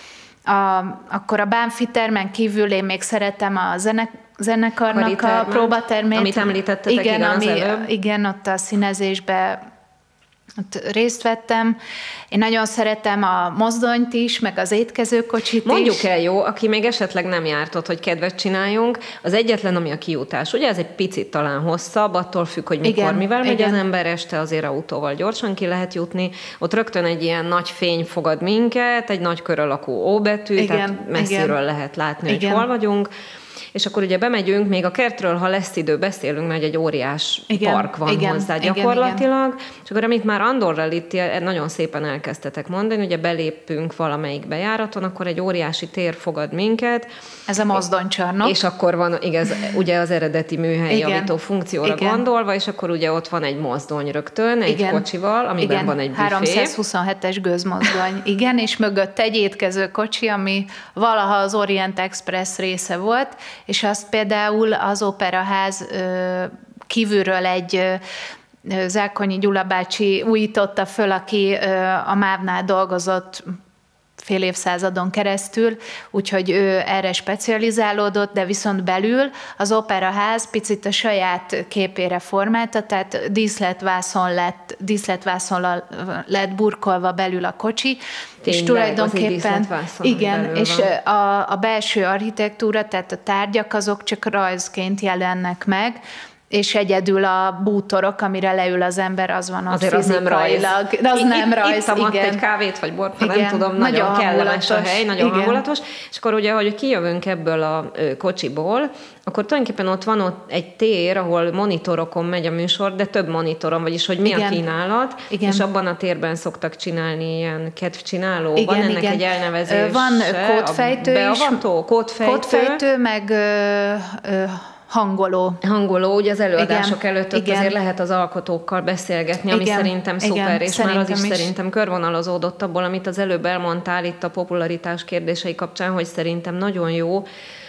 A, akkor a Bánfitermen kívül én még szeretem a zene, zenekarnak Karitermet, a próbatermét. amit említettetek, igen, az ami, előbb. igen, ott a színezésbe ott részt vettem. Én nagyon szeretem a mozdonyt is, meg az étkezőkocsit Mondjuk is. el, jó, aki még esetleg nem járt ott, hogy kedvet csináljunk, az egyetlen, ami a kijutás. Ugye ez egy picit talán hosszabb, attól függ, hogy mikor, Igen, mivel megy igen. az ember, este azért autóval gyorsan ki lehet jutni. Ott rögtön egy ilyen nagy fény fogad minket, egy nagy kör alakú ó betű, Igen, tehát messziről igen. lehet látni, Igen. hogy hol vagyunk. És akkor ugye bemegyünk, még a kertről, ha lesz idő, beszélünk, mert egy óriás Igen, park van igen, hozzá igen, gyakorlatilag. És akkor amit már Andorral itt nagyon szépen elkezdtetek mondani, ugye belépünk valamelyik bejáraton, akkor egy óriási tér fogad minket. Ez a mozdonycsarnok. És akkor van, igaz, ugye az eredeti műhelyjavító Igen, funkcióra igen. gondolva, és akkor ugye ott van egy mozdony rögtön, egy Igen. kocsival, amiben Igen, van egy büfé. háromszázhuszonhetes gőzmozdony. Igen, és mögött egy étkező kocsi, ami valaha az Orient Express része volt, és azt például az Operaház ö, kívülről egy ö, Zákonyi Gyula bácsi újította föl, aki ö, a MÁV-nál dolgozott fél évszázadon keresztül, úgyhogy ő erre specializálódott, de viszont belül az Operaház picit a saját képére formálta, tehát díszletvászon lett, díszletvászon lett burkolva belül a kocsi, Tényleg, és tulajdonképpen díszletvászon, ami igen, belül és van. a, a belső architektúra, tehát a tárgyak azok csak rajzként jelennek meg, és egyedül a bútorok, amire leül az ember, az van ott Azért az nem rajz. fizikailag. De az Itt- nem rajz, Ittam ott igen. egy kávét, vagy bort, ha nem Igen, tudom, nagyon nagyon kellemes a hangulatos. hely, nagyon Igen. hangulatos. És akkor ugye, hogy kijövünk ebből a ö, kocsiból, akkor tulajdonképpen ott van ott egy tér, ahol monitorokon megy a műsor, de több monitoron, vagyis hogy mi Igen. a kínálat, Igen. és abban a térben szoktak csinálni ilyen kedvcsináló. Igen, van ennek igen. egy elnevezése? Ö, Van kódfejtő a is. Beavató, kódfejtő. Kódfejtő, meg ö, ö, hangoló. Hangoló, ugye az előadások Igen, előtt ott igen. azért lehet az alkotókkal beszélgetni, ami Igen, szerintem igen, szuper, és már az is, szerintem is. szerintem körvonalazódott abból, amit az előbb elmondtál itt a popularitás kérdései kapcsán, hogy szerintem nagyon jó,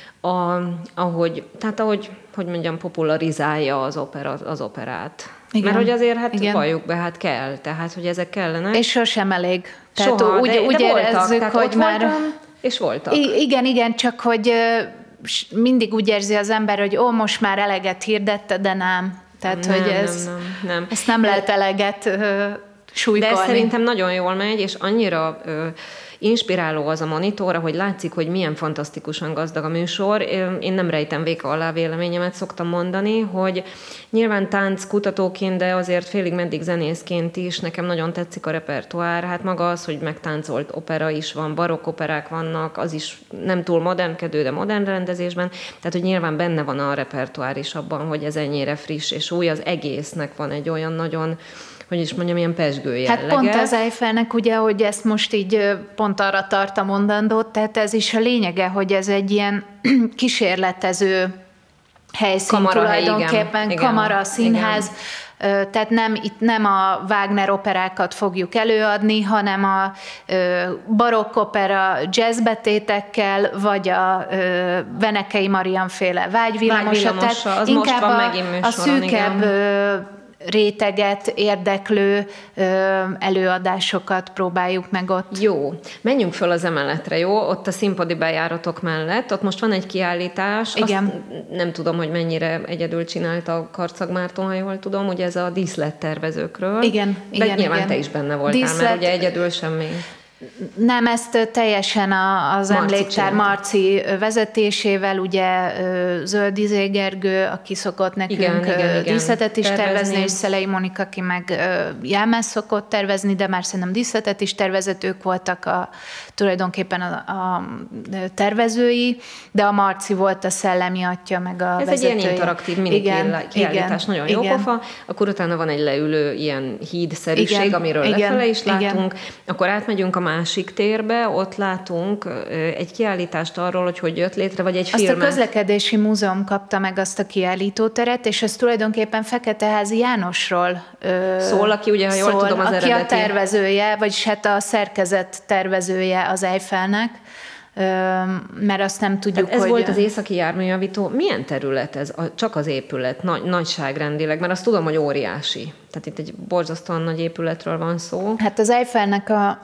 a, ahogy, tehát ahogy, hogy mondjam, popularizálja az, opera, az operát. Igen, Mert hogy azért, hát igen. valljuk be, hát kell, tehát hogy ezek kellenek. És sosem elég. Tehát Soha, úgy, de, úgy de érezzük, voltak, tehát hogy ott már... voltam, és voltak. I- igen, igen, csak hogy ö, s- mindig úgy érzi az ember, hogy ó, most már eleget hirdette, de nem. Tehát, Nem, hogy ez, nem, nem, nem. ezt nem lehet eleget ö, súlykolni. De szerintem nagyon jól megy, és annyira ö, inspiráló az a monitor, hogy látszik, hogy milyen fantasztikusan gazdag a műsor. Én nem rejtem véka alá véleményemet, szoktam mondani, hogy nyilván tánc kutatóként, de azért félig meddig zenészként is nekem nagyon tetszik a repertoár. Hát maga az, hogy megtáncolt opera is van, barokk operák vannak, az is nem túl modernkedő, de modern rendezésben. Tehát, hogy nyilván benne van a repertoár is abban, hogy ez ennyire friss és új, az egésznek van egy olyan nagyon, hogy is mondjam, ilyen pezsgő jellege. Hát pont az Eiffelnek ugye, hogy ezt most így pont arra tart a mondandót, tehát ez is a lényege, hogy ez egy ilyen kísérletező helyszín Kamarahely, tulajdonképpen, igen. kamara, színház, Igen. tehát nem, itt nem a Wagner operákat fogjuk előadni, hanem a barokk opera jazzbetétekkel, vagy a Venekei Marian féle Vágyvillamosa, Vágyvillamosa, tehát az inkább most van a, megint a műsoron, szűkebb igen. réteget érdeklő ö, előadásokat próbáljuk meg ott. Jó, menjünk föl az emeletre, jó? Ott a színpadi bejáratok mellett, ott most van egy kiállítás, Igen. azt nem tudom, hogy mennyire egyedül csinálta a Karcag Márton, ha jól tudom, ugye ez a díszlettervezőkről. Igen, de igen, nyilván igen. te is benne voltál, Díszlet- mert ugye egyedül semmi. Nem, ezt teljesen az Marci emléktár csinálta. Marci vezetésével, ugye Zöld Izé Gergő, aki szokott nekünk Igen, igen, igen. díszletet is tervezni, Tervezni. és Szelei Monika, aki meg jelmez szokott tervezni, de már szerintem díszletet is tervezett, ők voltak a, tulajdonképpen a, a tervezői, de a Marci volt a szellemi atya, meg a Ez vezetője. egy ilyen interaktív mini Igen, kiállítás, igen, nagyon jó igen. pofa. Akkor utána van egy leülő ilyen hídszerűség, Igen, amiről igen, lefele is igen. látunk. Akkor átmegyünk a másik térbe, ott látunk ö, egy kiállítást arról, hogy hogy jött létre, vagy egy Azt filmet. a Közlekedési Múzeum kapta meg azt a kiállítóteret, és ez tulajdonképpen Feketeházi Jánosról ö, Szól, aki ugye, ha jól szól, tudom, az aki eredeti. a tervezője, vagyis hát a szerkezet tervezője az Eiffelnek, ö, mert azt nem tudjuk, Tehát ez hogy... volt az északi járműjavító. Milyen terület ez? A, csak az épület, nagy, nagyságrendileg, mert azt tudom, hogy óriási. Tehát itt egy borzasztóan nagy épületről van szó. Hát az Eiffelnek a,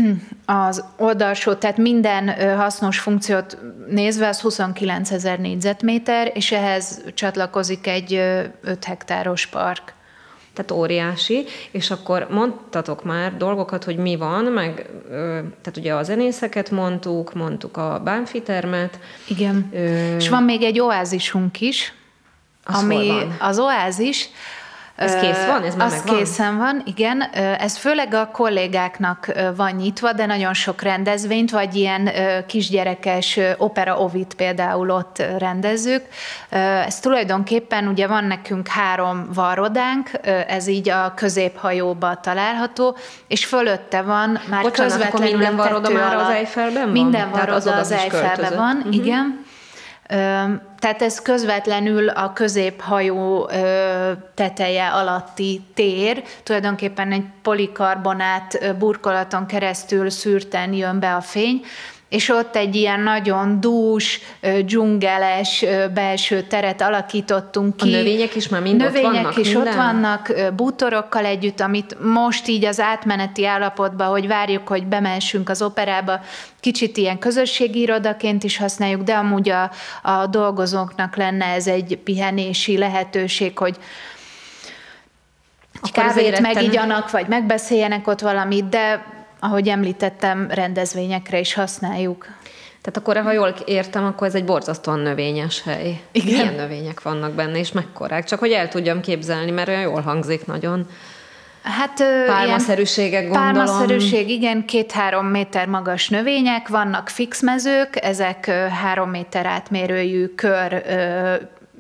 az oldalsó, tehát minden ö, hasznos funkciót nézve, az huszonkilencezer négyzetméter, és ehhez csatlakozik egy ö, öt hektáros park. Tehát óriási, és akkor mondtatok már dolgokat, hogy mi van, meg ö, tehát ugye a zenészeket mondtuk, mondtuk a bánfitermet. Igen. Ö, És van még egy oázisunk is, Az ami hol van? az oázis. Ez kész van? Ez már Az megvan? készen van, igen. Ez főleg a kollégáknak van nyitva, de nagyon sok rendezvényt, vagy ilyen kisgyerekes opera ovit például ott rendezzük. Ez tulajdonképpen ugye van nekünk három varrodánk, ez így a középhajóba található, és fölötte van már Bocsánat, közvetlenül akkor minden a varroda tető már az alatt. Eiffelben van? Minden Tehát az varroda oda az is Eiffelben költözött. van, Mhm. igen. Tehát ez közvetlenül a középhajó teteje alatti tér, tulajdonképpen egy polikarbonát burkolaton keresztül szűrten jön be a fény, és ott egy ilyen nagyon dús, dzsungeles belső teret alakítottunk ki. A növények is már mind ott Növények vannak? is minden? ott vannak, bútorokkal együtt, amit most így az átmeneti állapotban, hogy várjuk, hogy bemehessünk az operába, kicsit ilyen közösségi irodaként is használjuk, de amúgy a, a dolgozóknak lenne ez egy pihenési lehetőség, hogy egy Akkor azért kávét retten- megigyanak, vagy megbeszéljenek ott valamit, de ahogy említettem, rendezvényekre is használjuk. Tehát akkor, ha jól értem, akkor ez egy borzasztóan növényes hely. Igen. Milyen növények vannak benne, és mekkorák? Csak hogy el tudjam képzelni, mert olyan jól hangzik nagyon. Hát ö, Pálmaszerűségek, ilyen gondolom. Pálmaszerűség, igen, két-három méter magas növények, vannak fix mezők, ezek ö, három méter átmérőjű kör ö,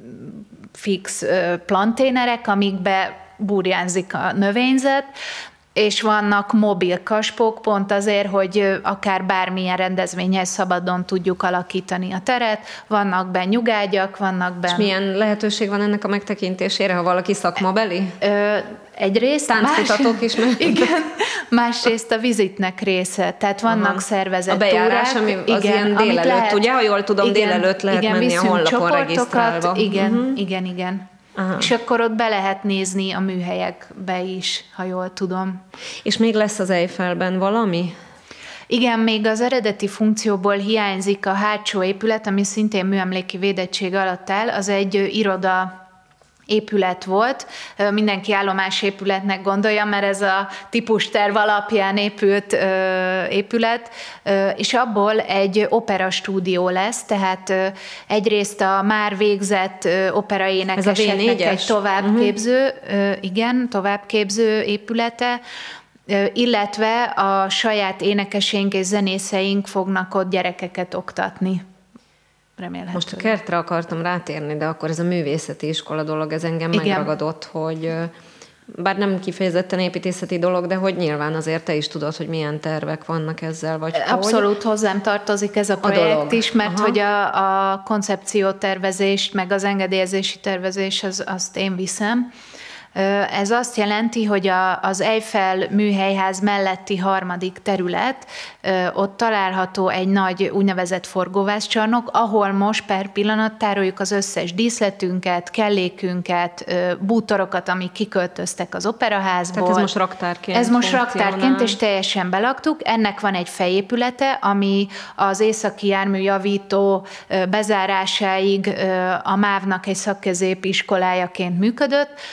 fix ö, planténerek, amikbe burjánzik a növényzet, és vannak mobil kaspók, pont azért, hogy akár bármilyen rendezvényhez szabadon tudjuk alakítani a teret. Vannak benne nyugágyak, vannak benne... És milyen lehetőség van ennek a megtekintésére, ha valaki szakmabeli? Ö, egyrészt... Táncmutatók is meg? Igen, másrészt a vizitnek része, tehát vannak Aha. szervezett A bejárás, órák, ami az igen, ilyen amit délelőtt, lehet, ugye? Ha jól tudom, igen, délelőtt lehet igen, menni a viszünk honlapon csoportokat, regisztrálva. Igen, Mhm. igen, igen. Aha. És akkor ott be lehet nézni a műhelyekbe is, ha jól tudom. És még lesz az Eiffelben valami? Igen, még az eredeti funkcióból hiányzik a hátsó épület, ami szintén műemléki védettség alatt áll, az egy ö, iroda épület volt, mindenki állomásépületnek gondolja, mert ez a típusterv alapján épült ö, épület, ö, és abból egy opera stúdió lesz, tehát ö, egyrészt a már végzett ö, operaénekeseknek vé négyes? egy továbbképző, ö, igen, továbbképző épülete, ö, illetve a saját énekeseink és zenészeink fognak ott gyerekeket oktatni. Remélhetőleg. Most a kertre akartam rátérni, de akkor ez a művészeti iskola dolog, ez engem Igen. megragadott, hogy bár nem kifejezetten építészeti dolog, de hogy nyilván azért te is tudod, hogy milyen tervek vannak ezzel, vagy Abszolút hogy. Hozzám tartozik ez a projekt dolog. is, mert Aha. hogy a, a koncepciótervezést, meg az engedélyezési tervezés, az, azt én viszem. Ez azt jelenti, hogy a, az Eiffel műhelyház melletti harmadik terület, ott található egy nagy úgynevezett forgóvászcsarnok, ahol most per pillanat tároljuk az összes díszletünket, kellékünket, bútorokat, amik kiköltöztek az operaházból. Tehát ez most raktárként Ez most funkcionál. raktárként, és teljesen belaktuk. Ennek van egy fejépülete, ami az északi járműjavító bezárásáig a MÁV-nak egy szakközépiskolájaként működött,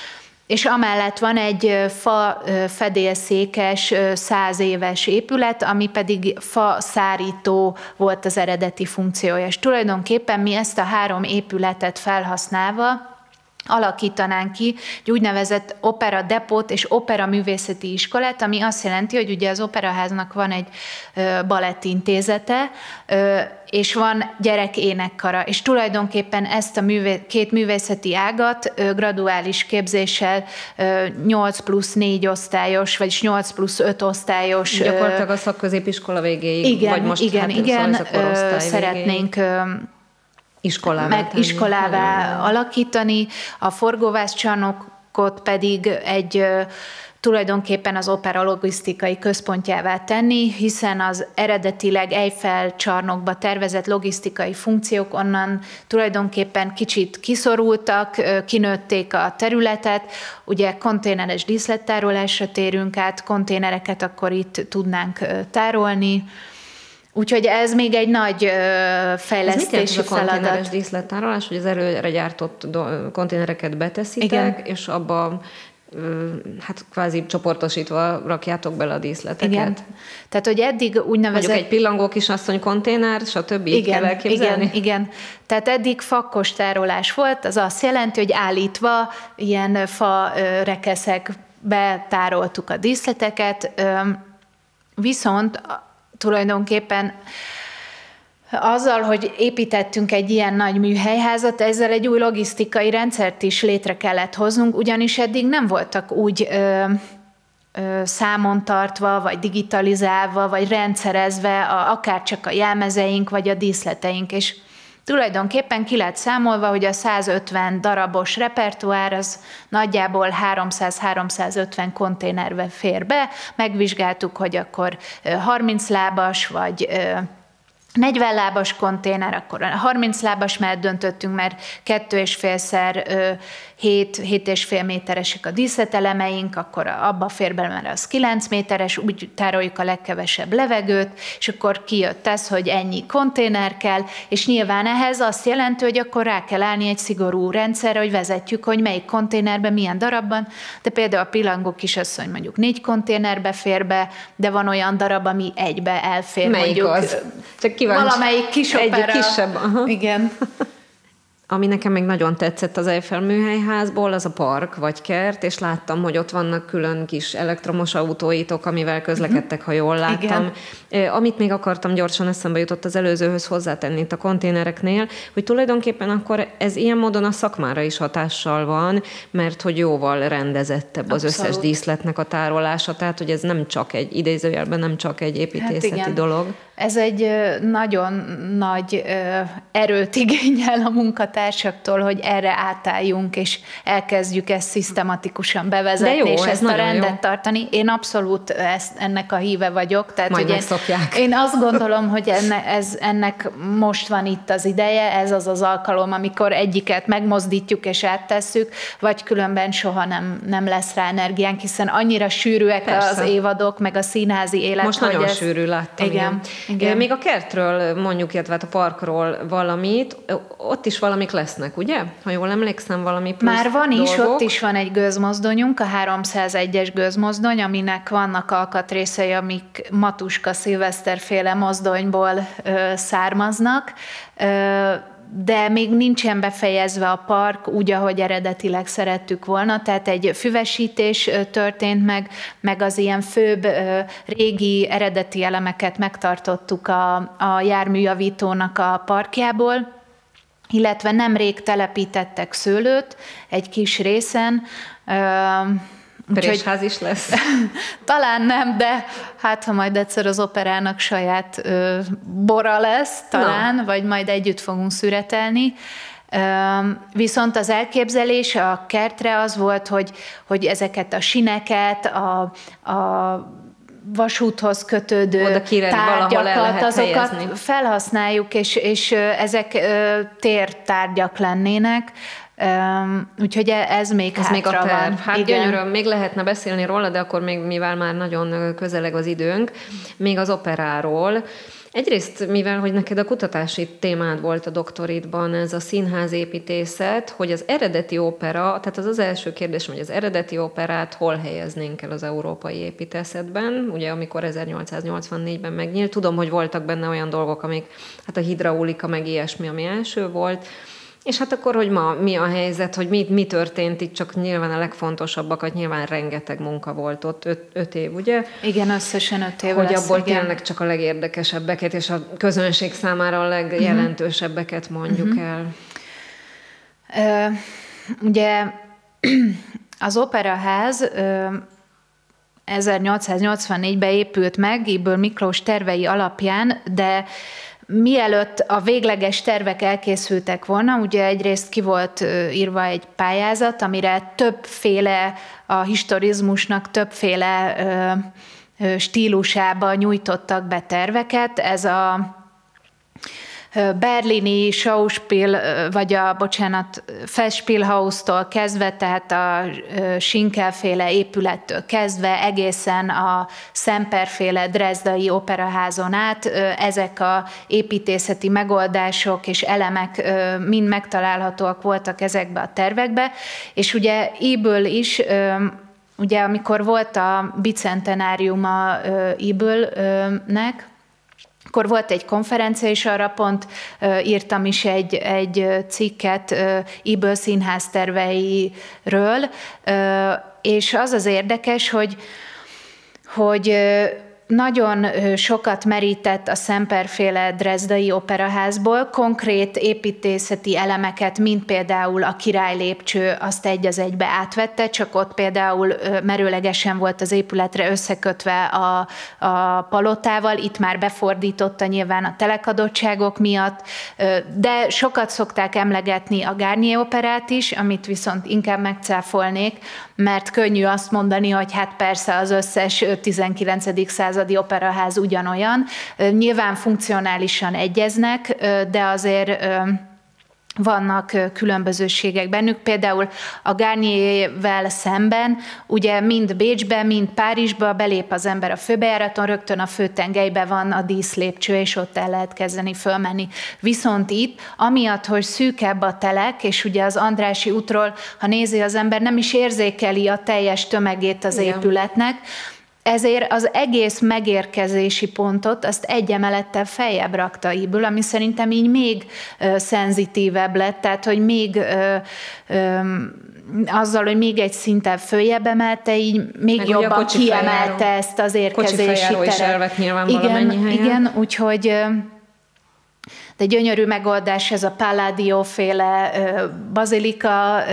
és amellett van egy fa fedélszékes száz éves épület, ami pedig fa szárító volt az eredeti funkciója. És tulajdonképpen mi ezt a három épületet felhasználva alakítanánk ki egy úgynevezett opera depót és opera művészeti iskolát, ami azt jelenti, hogy ugye az operaháznak van egy balettintézete, és van gyerekénekkara, és tulajdonképpen ezt a művé, két művészeti ágat graduális képzéssel nyolc plusz négy osztályos, vagyis nyolc plusz öt osztályos. Gyakorlatilag a szakközépiskola végéig, igen, vagy most igen, hát igen, szóval szeretnénk iskolává, meg tenni. iskolává alakítani, a forgóvászcsarnokot pedig egy tulajdonképpen az opera logisztikai központjává tenni, hiszen az eredetileg Eiffel csarnokba tervezett logisztikai funkciók onnan tulajdonképpen kicsit kiszorultak, kinőtték a területet, ugye konténeres díszlettárolásra térünk át, konténereket akkor itt tudnánk tárolni, úgyhogy ez még egy nagy ö, fejlesztési feladat. Ez mit jelent, a konténeres feladat. díszlettárolás, hogy az előre gyártott do- konténereket beteszitek, Igen. és abba ö, hát kvázi csoportosítva rakjátok bele a díszleteket? Igen. Tehát, hogy eddig úgynevezett... Mondjuk egy pillangó kisasszony konténer, stb. Így kell elképzelni? Igen, igen. Tehát eddig fakkos tárolás volt, az azt jelenti, hogy állítva ilyen fa ö, rekeszekbe tároltuk a díszleteket, ö, viszont tulajdonképpen azzal, hogy építettünk egy ilyen nagy műhelyházat, ezzel egy új logisztikai rendszert is létre kellett hoznunk, ugyanis eddig nem voltak úgy ö, ö, számon tartva, vagy digitalizálva, vagy rendszerezve a, akár csak a jelmezeink, vagy a díszleteink, és tulajdonképpen ki lett számolva, hogy a százötven darabos repertoár az nagyjából háromszáz-háromszázötven konténerbe fér be. Megvizsgáltuk, hogy akkor harminc lábas vagy negyven lábas konténer, akkor harminc lábas mellett döntöttünk, mert kettő és félszer hét, hét és fél méteresek a díszletelemeink, akkor abba fér bele, mert az kilenc méteres, úgy tároljuk a legkevesebb levegőt, és akkor kijött ez, hogy ennyi konténer kell, és nyilván ehhez azt jelenti, hogy akkor rá kell állni egy szigorú rendszerre, hogy vezetjük, hogy melyik konténerben, milyen darabban, de például a pillangó kisasszony mondjuk négy konténerbe fér be, de van olyan darab, ami egybe elfér. Melyik mondjuk, az? Csak kíváncsi. Valamelyik kis opera. Egyik kisebb. Aha. Igen. Ami nekem még nagyon tetszett az Eiffel műhelyházból, az a park vagy kert, és láttam, hogy ott vannak külön kis elektromos autóitok, amivel közlekedtek, ha jól láttam. Igen. Amit még akartam, gyorsan eszembe jutott az előzőhöz hozzátenni itt a konténereknél, hogy tulajdonképpen akkor ez ilyen módon a szakmára is hatással van, mert hogy jóval rendezettebb az Abszolút. összes díszletnek a tárolása, tehát hogy ez nem csak egy, idézőjelben nem csak egy építészeti hát dolog. Ez egy nagyon nagy erőt igényel a munkatársaktól, hogy erre átálljunk, és elkezdjük ezt szisztematikusan bevezetni, jó, és ezt a rendet jó. tartani. Én abszolút ezt, ennek a híve vagyok. Tehát, Majd hogy megszokják. Én, én azt gondolom, hogy enne, ez, ennek most van itt az ideje, ez az az alkalom, amikor egyiket megmozdítjuk és áttesszük, vagy különben soha nem, nem lesz rá energiánk, hiszen annyira sűrűek Persze. az évadok, meg a színházi élet. Most nagyon ez... sűrű, láttam. Igen. Igen. Igen. Még a kertről mondjuk, illetve a parkról valamit, ott is valamik lesznek, ugye? Ha jól emlékszem, valami plusz Már van is, dolgok. ott is van egy gőzmozdonyunk, a háromszázegyes gőzmozdony, aminek vannak alkatrészei, amik Matuska szilveszterféle mozdonyból ö, származnak, ö, de még nincsen befejezve a park úgy, ahogy eredetileg szerettük volna, tehát egy füvesítés történt meg, meg az ilyen főbb régi eredeti elemeket megtartottuk a, a járműjavítónak a parkjából, illetve nemrég telepítettek szőlőt egy kis részen. Törésház is lesz? Talán nem, de hát ha majd egyszer az operának saját ö, bora lesz, talán, Na. vagy majd együtt fogunk szüretelni. Ö, viszont az elképzelés a kertre az volt, hogy, hogy ezeket a sineket, a, a vasúthoz kötődő Oda kired, tárgyakat, azokat helyezni. felhasználjuk, és, és ezek tértárgyak lennének. Um, úgyhogy ez még ez hátra még a terv. van. Hát Igen. gyönyörűen, még lehetne beszélni róla, de akkor még mivel már nagyon közeleg az időnk, még az operáról. Egyrészt, mivel hogy neked a kutatási témád volt a doktoridban, ez a színházépítészet, hogy az eredeti opera, tehát az az első kérdés, hogy az eredeti operát hol helyeznénk el az európai építészetben, ugye amikor ezernyolcszáznyolcvannégyben megnyílt. Tudom, hogy voltak benne olyan dolgok, amik, hát a hidraulika, meg ilyesmi, ami első volt, és hát akkor, hogy ma mi a helyzet, hogy mi, mi történt itt, csak nyilván a legfontosabbakat, nyilván rengeteg munka volt ott, öt, öt év, ugye? Igen, összesen öt év Hogy lesz, abból igen. tényleg csak a legérdekesebbeket, és a közönség számára a legjelentősebbeket mondjuk uh-huh. el. Ö, ugye az Operaház ö, ezernyolcszáznyolcvannégyben épült meg, Ybl Miklós tervei alapján, de mielőtt a végleges tervek elkészültek volna, ugye egyrészt ki volt írva egy pályázat, amire többféle, a historizmusnak többféle stílusába nyújtottak be terveket. Ez a berlini Schauspiel, vagy a, bocsánat, Festspielhaus-tól kezdve, tehát a Schinkel-féle épülettől kezdve, egészen a Semper-féle Dresdai operaházon át, ezek a építészeti megoldások és elemek mind megtalálhatóak voltak ezekbe a tervekbe, és ugye Ybl is, ugye amikor volt a bicentenáriuma Ybl-nek, akkor volt egy konferencia, és arra pont uh, írtam is egy, egy cikket uh, Ybl színház terveiről, uh, és az az érdekes, hogy, hogy uh, nagyon sokat merített a Semper-féle Dresdai operaházból, konkrét építészeti elemeket, mint például a királylépcső, azt egy az egybe átvette, csak ott például merőlegesen volt az épületre összekötve a, a palotával, itt már befordította nyilván a telekadottságok miatt, de sokat szokták emlegetni a Garnier operát is, amit viszont inkább megcáfolnék, mert könnyű azt mondani, hogy hát persze az összes tizenkilencedik századi operaház ugyanolyan. Nyilván funkcionálisan egyeznek, de azért vannak különbözőségek bennük. Például a Garniervel szemben, ugye mind Bécsbe, mind Párizsba belép az ember a főbejáraton, rögtön a főtengelyben van a díszlépcső, és ott el lehet kezdeni fölmenni. Viszont itt, amiatt, hogy szűkebb a telek, és ugye az Andrássy útról, ha nézi az ember, nem is érzékeli a teljes tömegét az Igen. épületnek, ezért az egész megérkezési pontot azt egy emelettel feljebb rakta Ybl, ami szerintem így még ö, szenzitívebb lett, tehát hogy még ö, ö, azzal, hogy még egy szinten följebb emelte, így még meg jobban kiemelte ezt az érkezési teret. Is elvett nyilván igen, valamennyi helyen. Igen, úgyhogy... Ö, de gyönyörű megoldás ez a Palladio-féle bazilika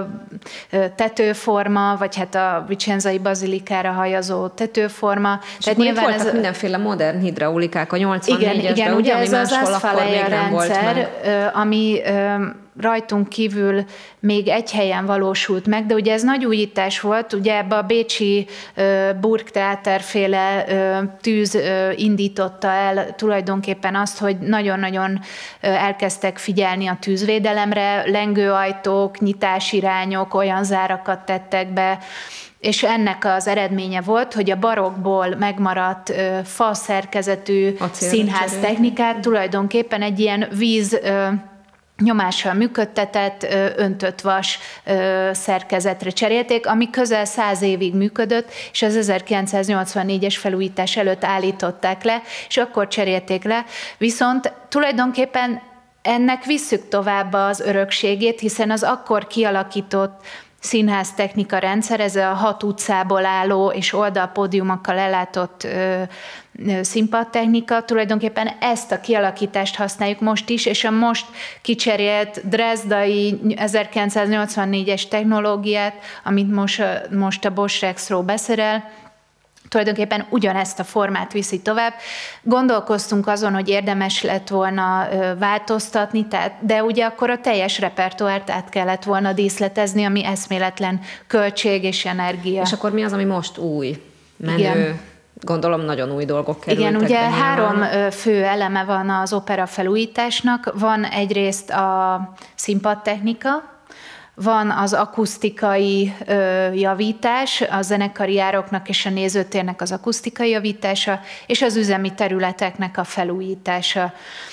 tetőforma, vagy hát a vicenzai bazilikára hajazó tetőforma. És tehát nyilván voltak ez mindenféle modern hidraulikák a nyolcvannégyesben, igen, igen, ugye, ugye ez az Asphaleia rendszer, ami rajtunk kívül még egy helyen valósult meg, de ugye ez nagy újítás volt, ugye ebbe a bécsi Burgtheater-féle tűz indította el tulajdonképpen azt, hogy nagyon-nagyon elkezdtek figyelni a tűzvédelemre, lengőajtók, nyitásirányok, olyan zárakat tettek be, és ennek az eredménye volt, hogy a barokkból megmaradt ö, fa szerkezetű színház technikát tulajdonképpen egy ilyen víz ö, nyomással működtetett, öntött vas szerkezetre cserélték, ami közel száz évig működött, és az ezerkilencszáznyolcvannégyes felújítás előtt állították le, és akkor cserélték le. Viszont tulajdonképpen ennek visszük tovább az örökségét, hiszen az akkor kialakított színháztechnika rendszer, ez a hat utcából álló és oldalpódiumokkal ellátott ö, ö, színpadtechnika, tulajdonképpen ezt a kialakítást használjuk most is, és a most kicserélt dresdai ezerkilencszáznyolcvannégyes technológiát, amit most, most a Bosch Rexroth beszerel, tulajdonképpen ugyanezt a formát viszi tovább. Gondolkoztunk azon, hogy érdemes lett volna változtatni, tehát, de ugye akkor a teljes repertoárt át kellett volna díszletezni, ami eszméletlen költség és energia. És akkor mi az, ami most új, menő, Igen. gondolom nagyon új dolgok kerültek. Igen, ugye be három nyilván. fő eleme van az opera felújításnak. Van egyrészt a színpadtechnika, van az akusztikai ö, javítás, a zenekari jároknak és a nézőtérnek az akusztikai javítása, és az üzemi területeknek a felújítása.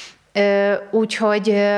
Ö, úgyhogy ö,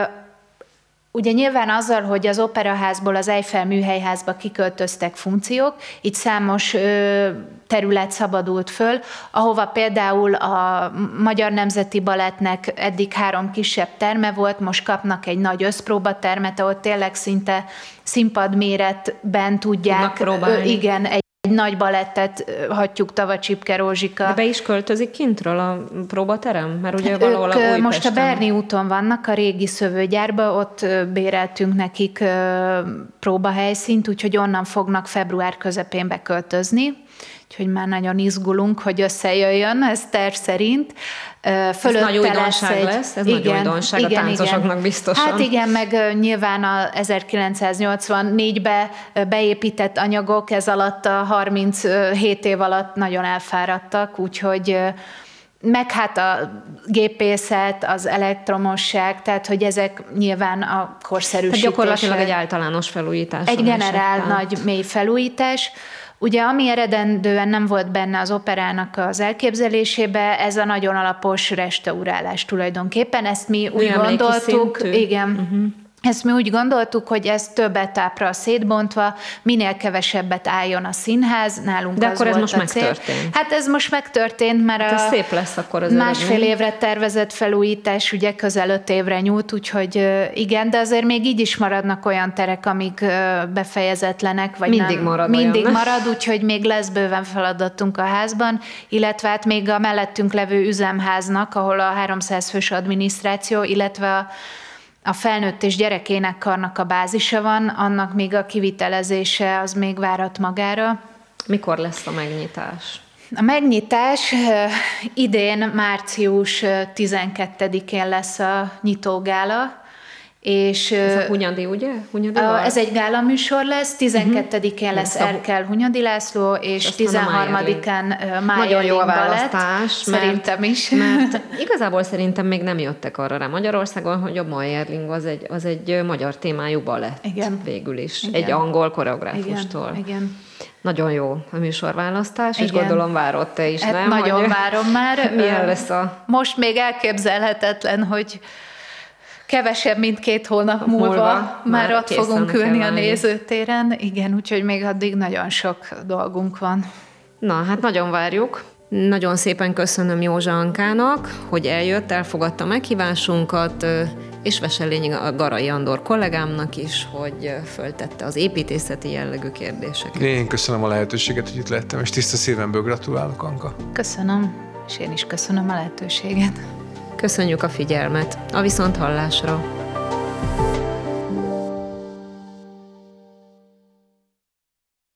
ugye nyilván azzal, hogy az Operaházból az Eiffel műhelyházba kiköltöztek funkciók, itt számos ö, terület szabadult föl, ahova például a Magyar Nemzeti Balettnek eddig három kisebb terme volt, most kapnak egy nagy összpróbatermet, ahol tényleg szinte színpadméretben tudják, ö, igen, egy egy nagy balettet hagyjuk Tavacsipke Rózsika. De be is költözik kintről a próbaterem? Mert ugye valahol a Újpesten. Most a Berni úton vannak, a régi szövőgyárba, ott béreltünk nekik próbahelyszínt, úgyhogy onnan fognak február közepén beköltözni. Úgyhogy már nagyon izgulunk, hogy összejöjjön, ez terv szerint. Fölötte ez nagy újdonság lesz, egy, lesz, ez igen, nagy újdonság igen, a táncosoknak igen. biztosan. Hát igen, meg nyilván a ezerkilencszáznyolcvannégybe beépített anyagok ez alatt a harminchét év alatt nagyon elfáradtak, úgyhogy meg hát a gépészet, az elektromosság, tehát hogy ezek nyilván a korszerűsítés. Tehát gyakorlatilag egy általános felújítás. Egy generál esetben. Nagy, mély felújítás. Ugye, ami eredendően nem volt benne az operának az elképzelésébe, ez a nagyon alapos restaurálás tulajdonképpen. Ezt mi úgy Milyen gondoltuk, igen, uh-huh. ezt mi úgy gondoltuk, hogy ez több etapra szétbontva, minél kevesebbet álljon a színház, nálunk de az akkor ez volt most a cél. megtörtént. Hát ez most megtörtént, mert hát ez a szép lesz akkor az másfél eredmény. évre tervezett felújítás ugye közel öt évre nyújt, úgyhogy igen, de azért még így is maradnak olyan terek, amik befejezetlenek, vagy mindig nem. marad Mindig olyan. marad, úgyhogy még lesz bőven feladatunk a házban, illetve hát még a mellettünk levő üzemháznak, ahol a háromszáz fős adminisztráció, illetve a A felnőtt és gyerekénekkarnak a bázisa van, annak még a kivitelezése az még várat magára. Mikor lesz a megnyitás? A megnyitás idén március tizenkettedikén lesz a nyitógála, és ez a Hunyadi, ugye? Hunyadi a, ez egy gála műsor lesz, tizenkettedikén uh-huh. lesz Erkel Hunyadi László, és tizenharmadikán Májer Nagyon jó a választás. Szerintem mert, is. Mert igazából szerintem még nem jöttek arra rá Magyarországon, hogy a Majérling az egy, az egy magyar témájú balett. Igen. Végül is. Igen. Egy angol koreográfustól. Igen. Igen. Nagyon jó a műsorválasztás, és Igen. gondolom várod te is, hát nem? Nagyon hogy várom már. Milyen lesz a... Most még elképzelhetetlen, hogy kevesebb, mint két hónap múlva, múlva már, már ott fogunk ülni a nézőtéren. Igen, úgyhogy még addig nagyon sok dolgunk van. Na, hát nagyon várjuk. Nagyon szépen köszönöm Józsa Ankának, hogy eljött, elfogadta meghívásunkat, és Wesselényi Garai Andor kollégámnak is, hogy föltette az építészeti jellegű kérdéseket. Én köszönöm a lehetőséget, hogy itt lettem, és tiszta szívemből gratulálok, Anka. Köszönöm, és én is köszönöm a lehetőséget. Köszönjük a figyelmet, a viszonthallásra!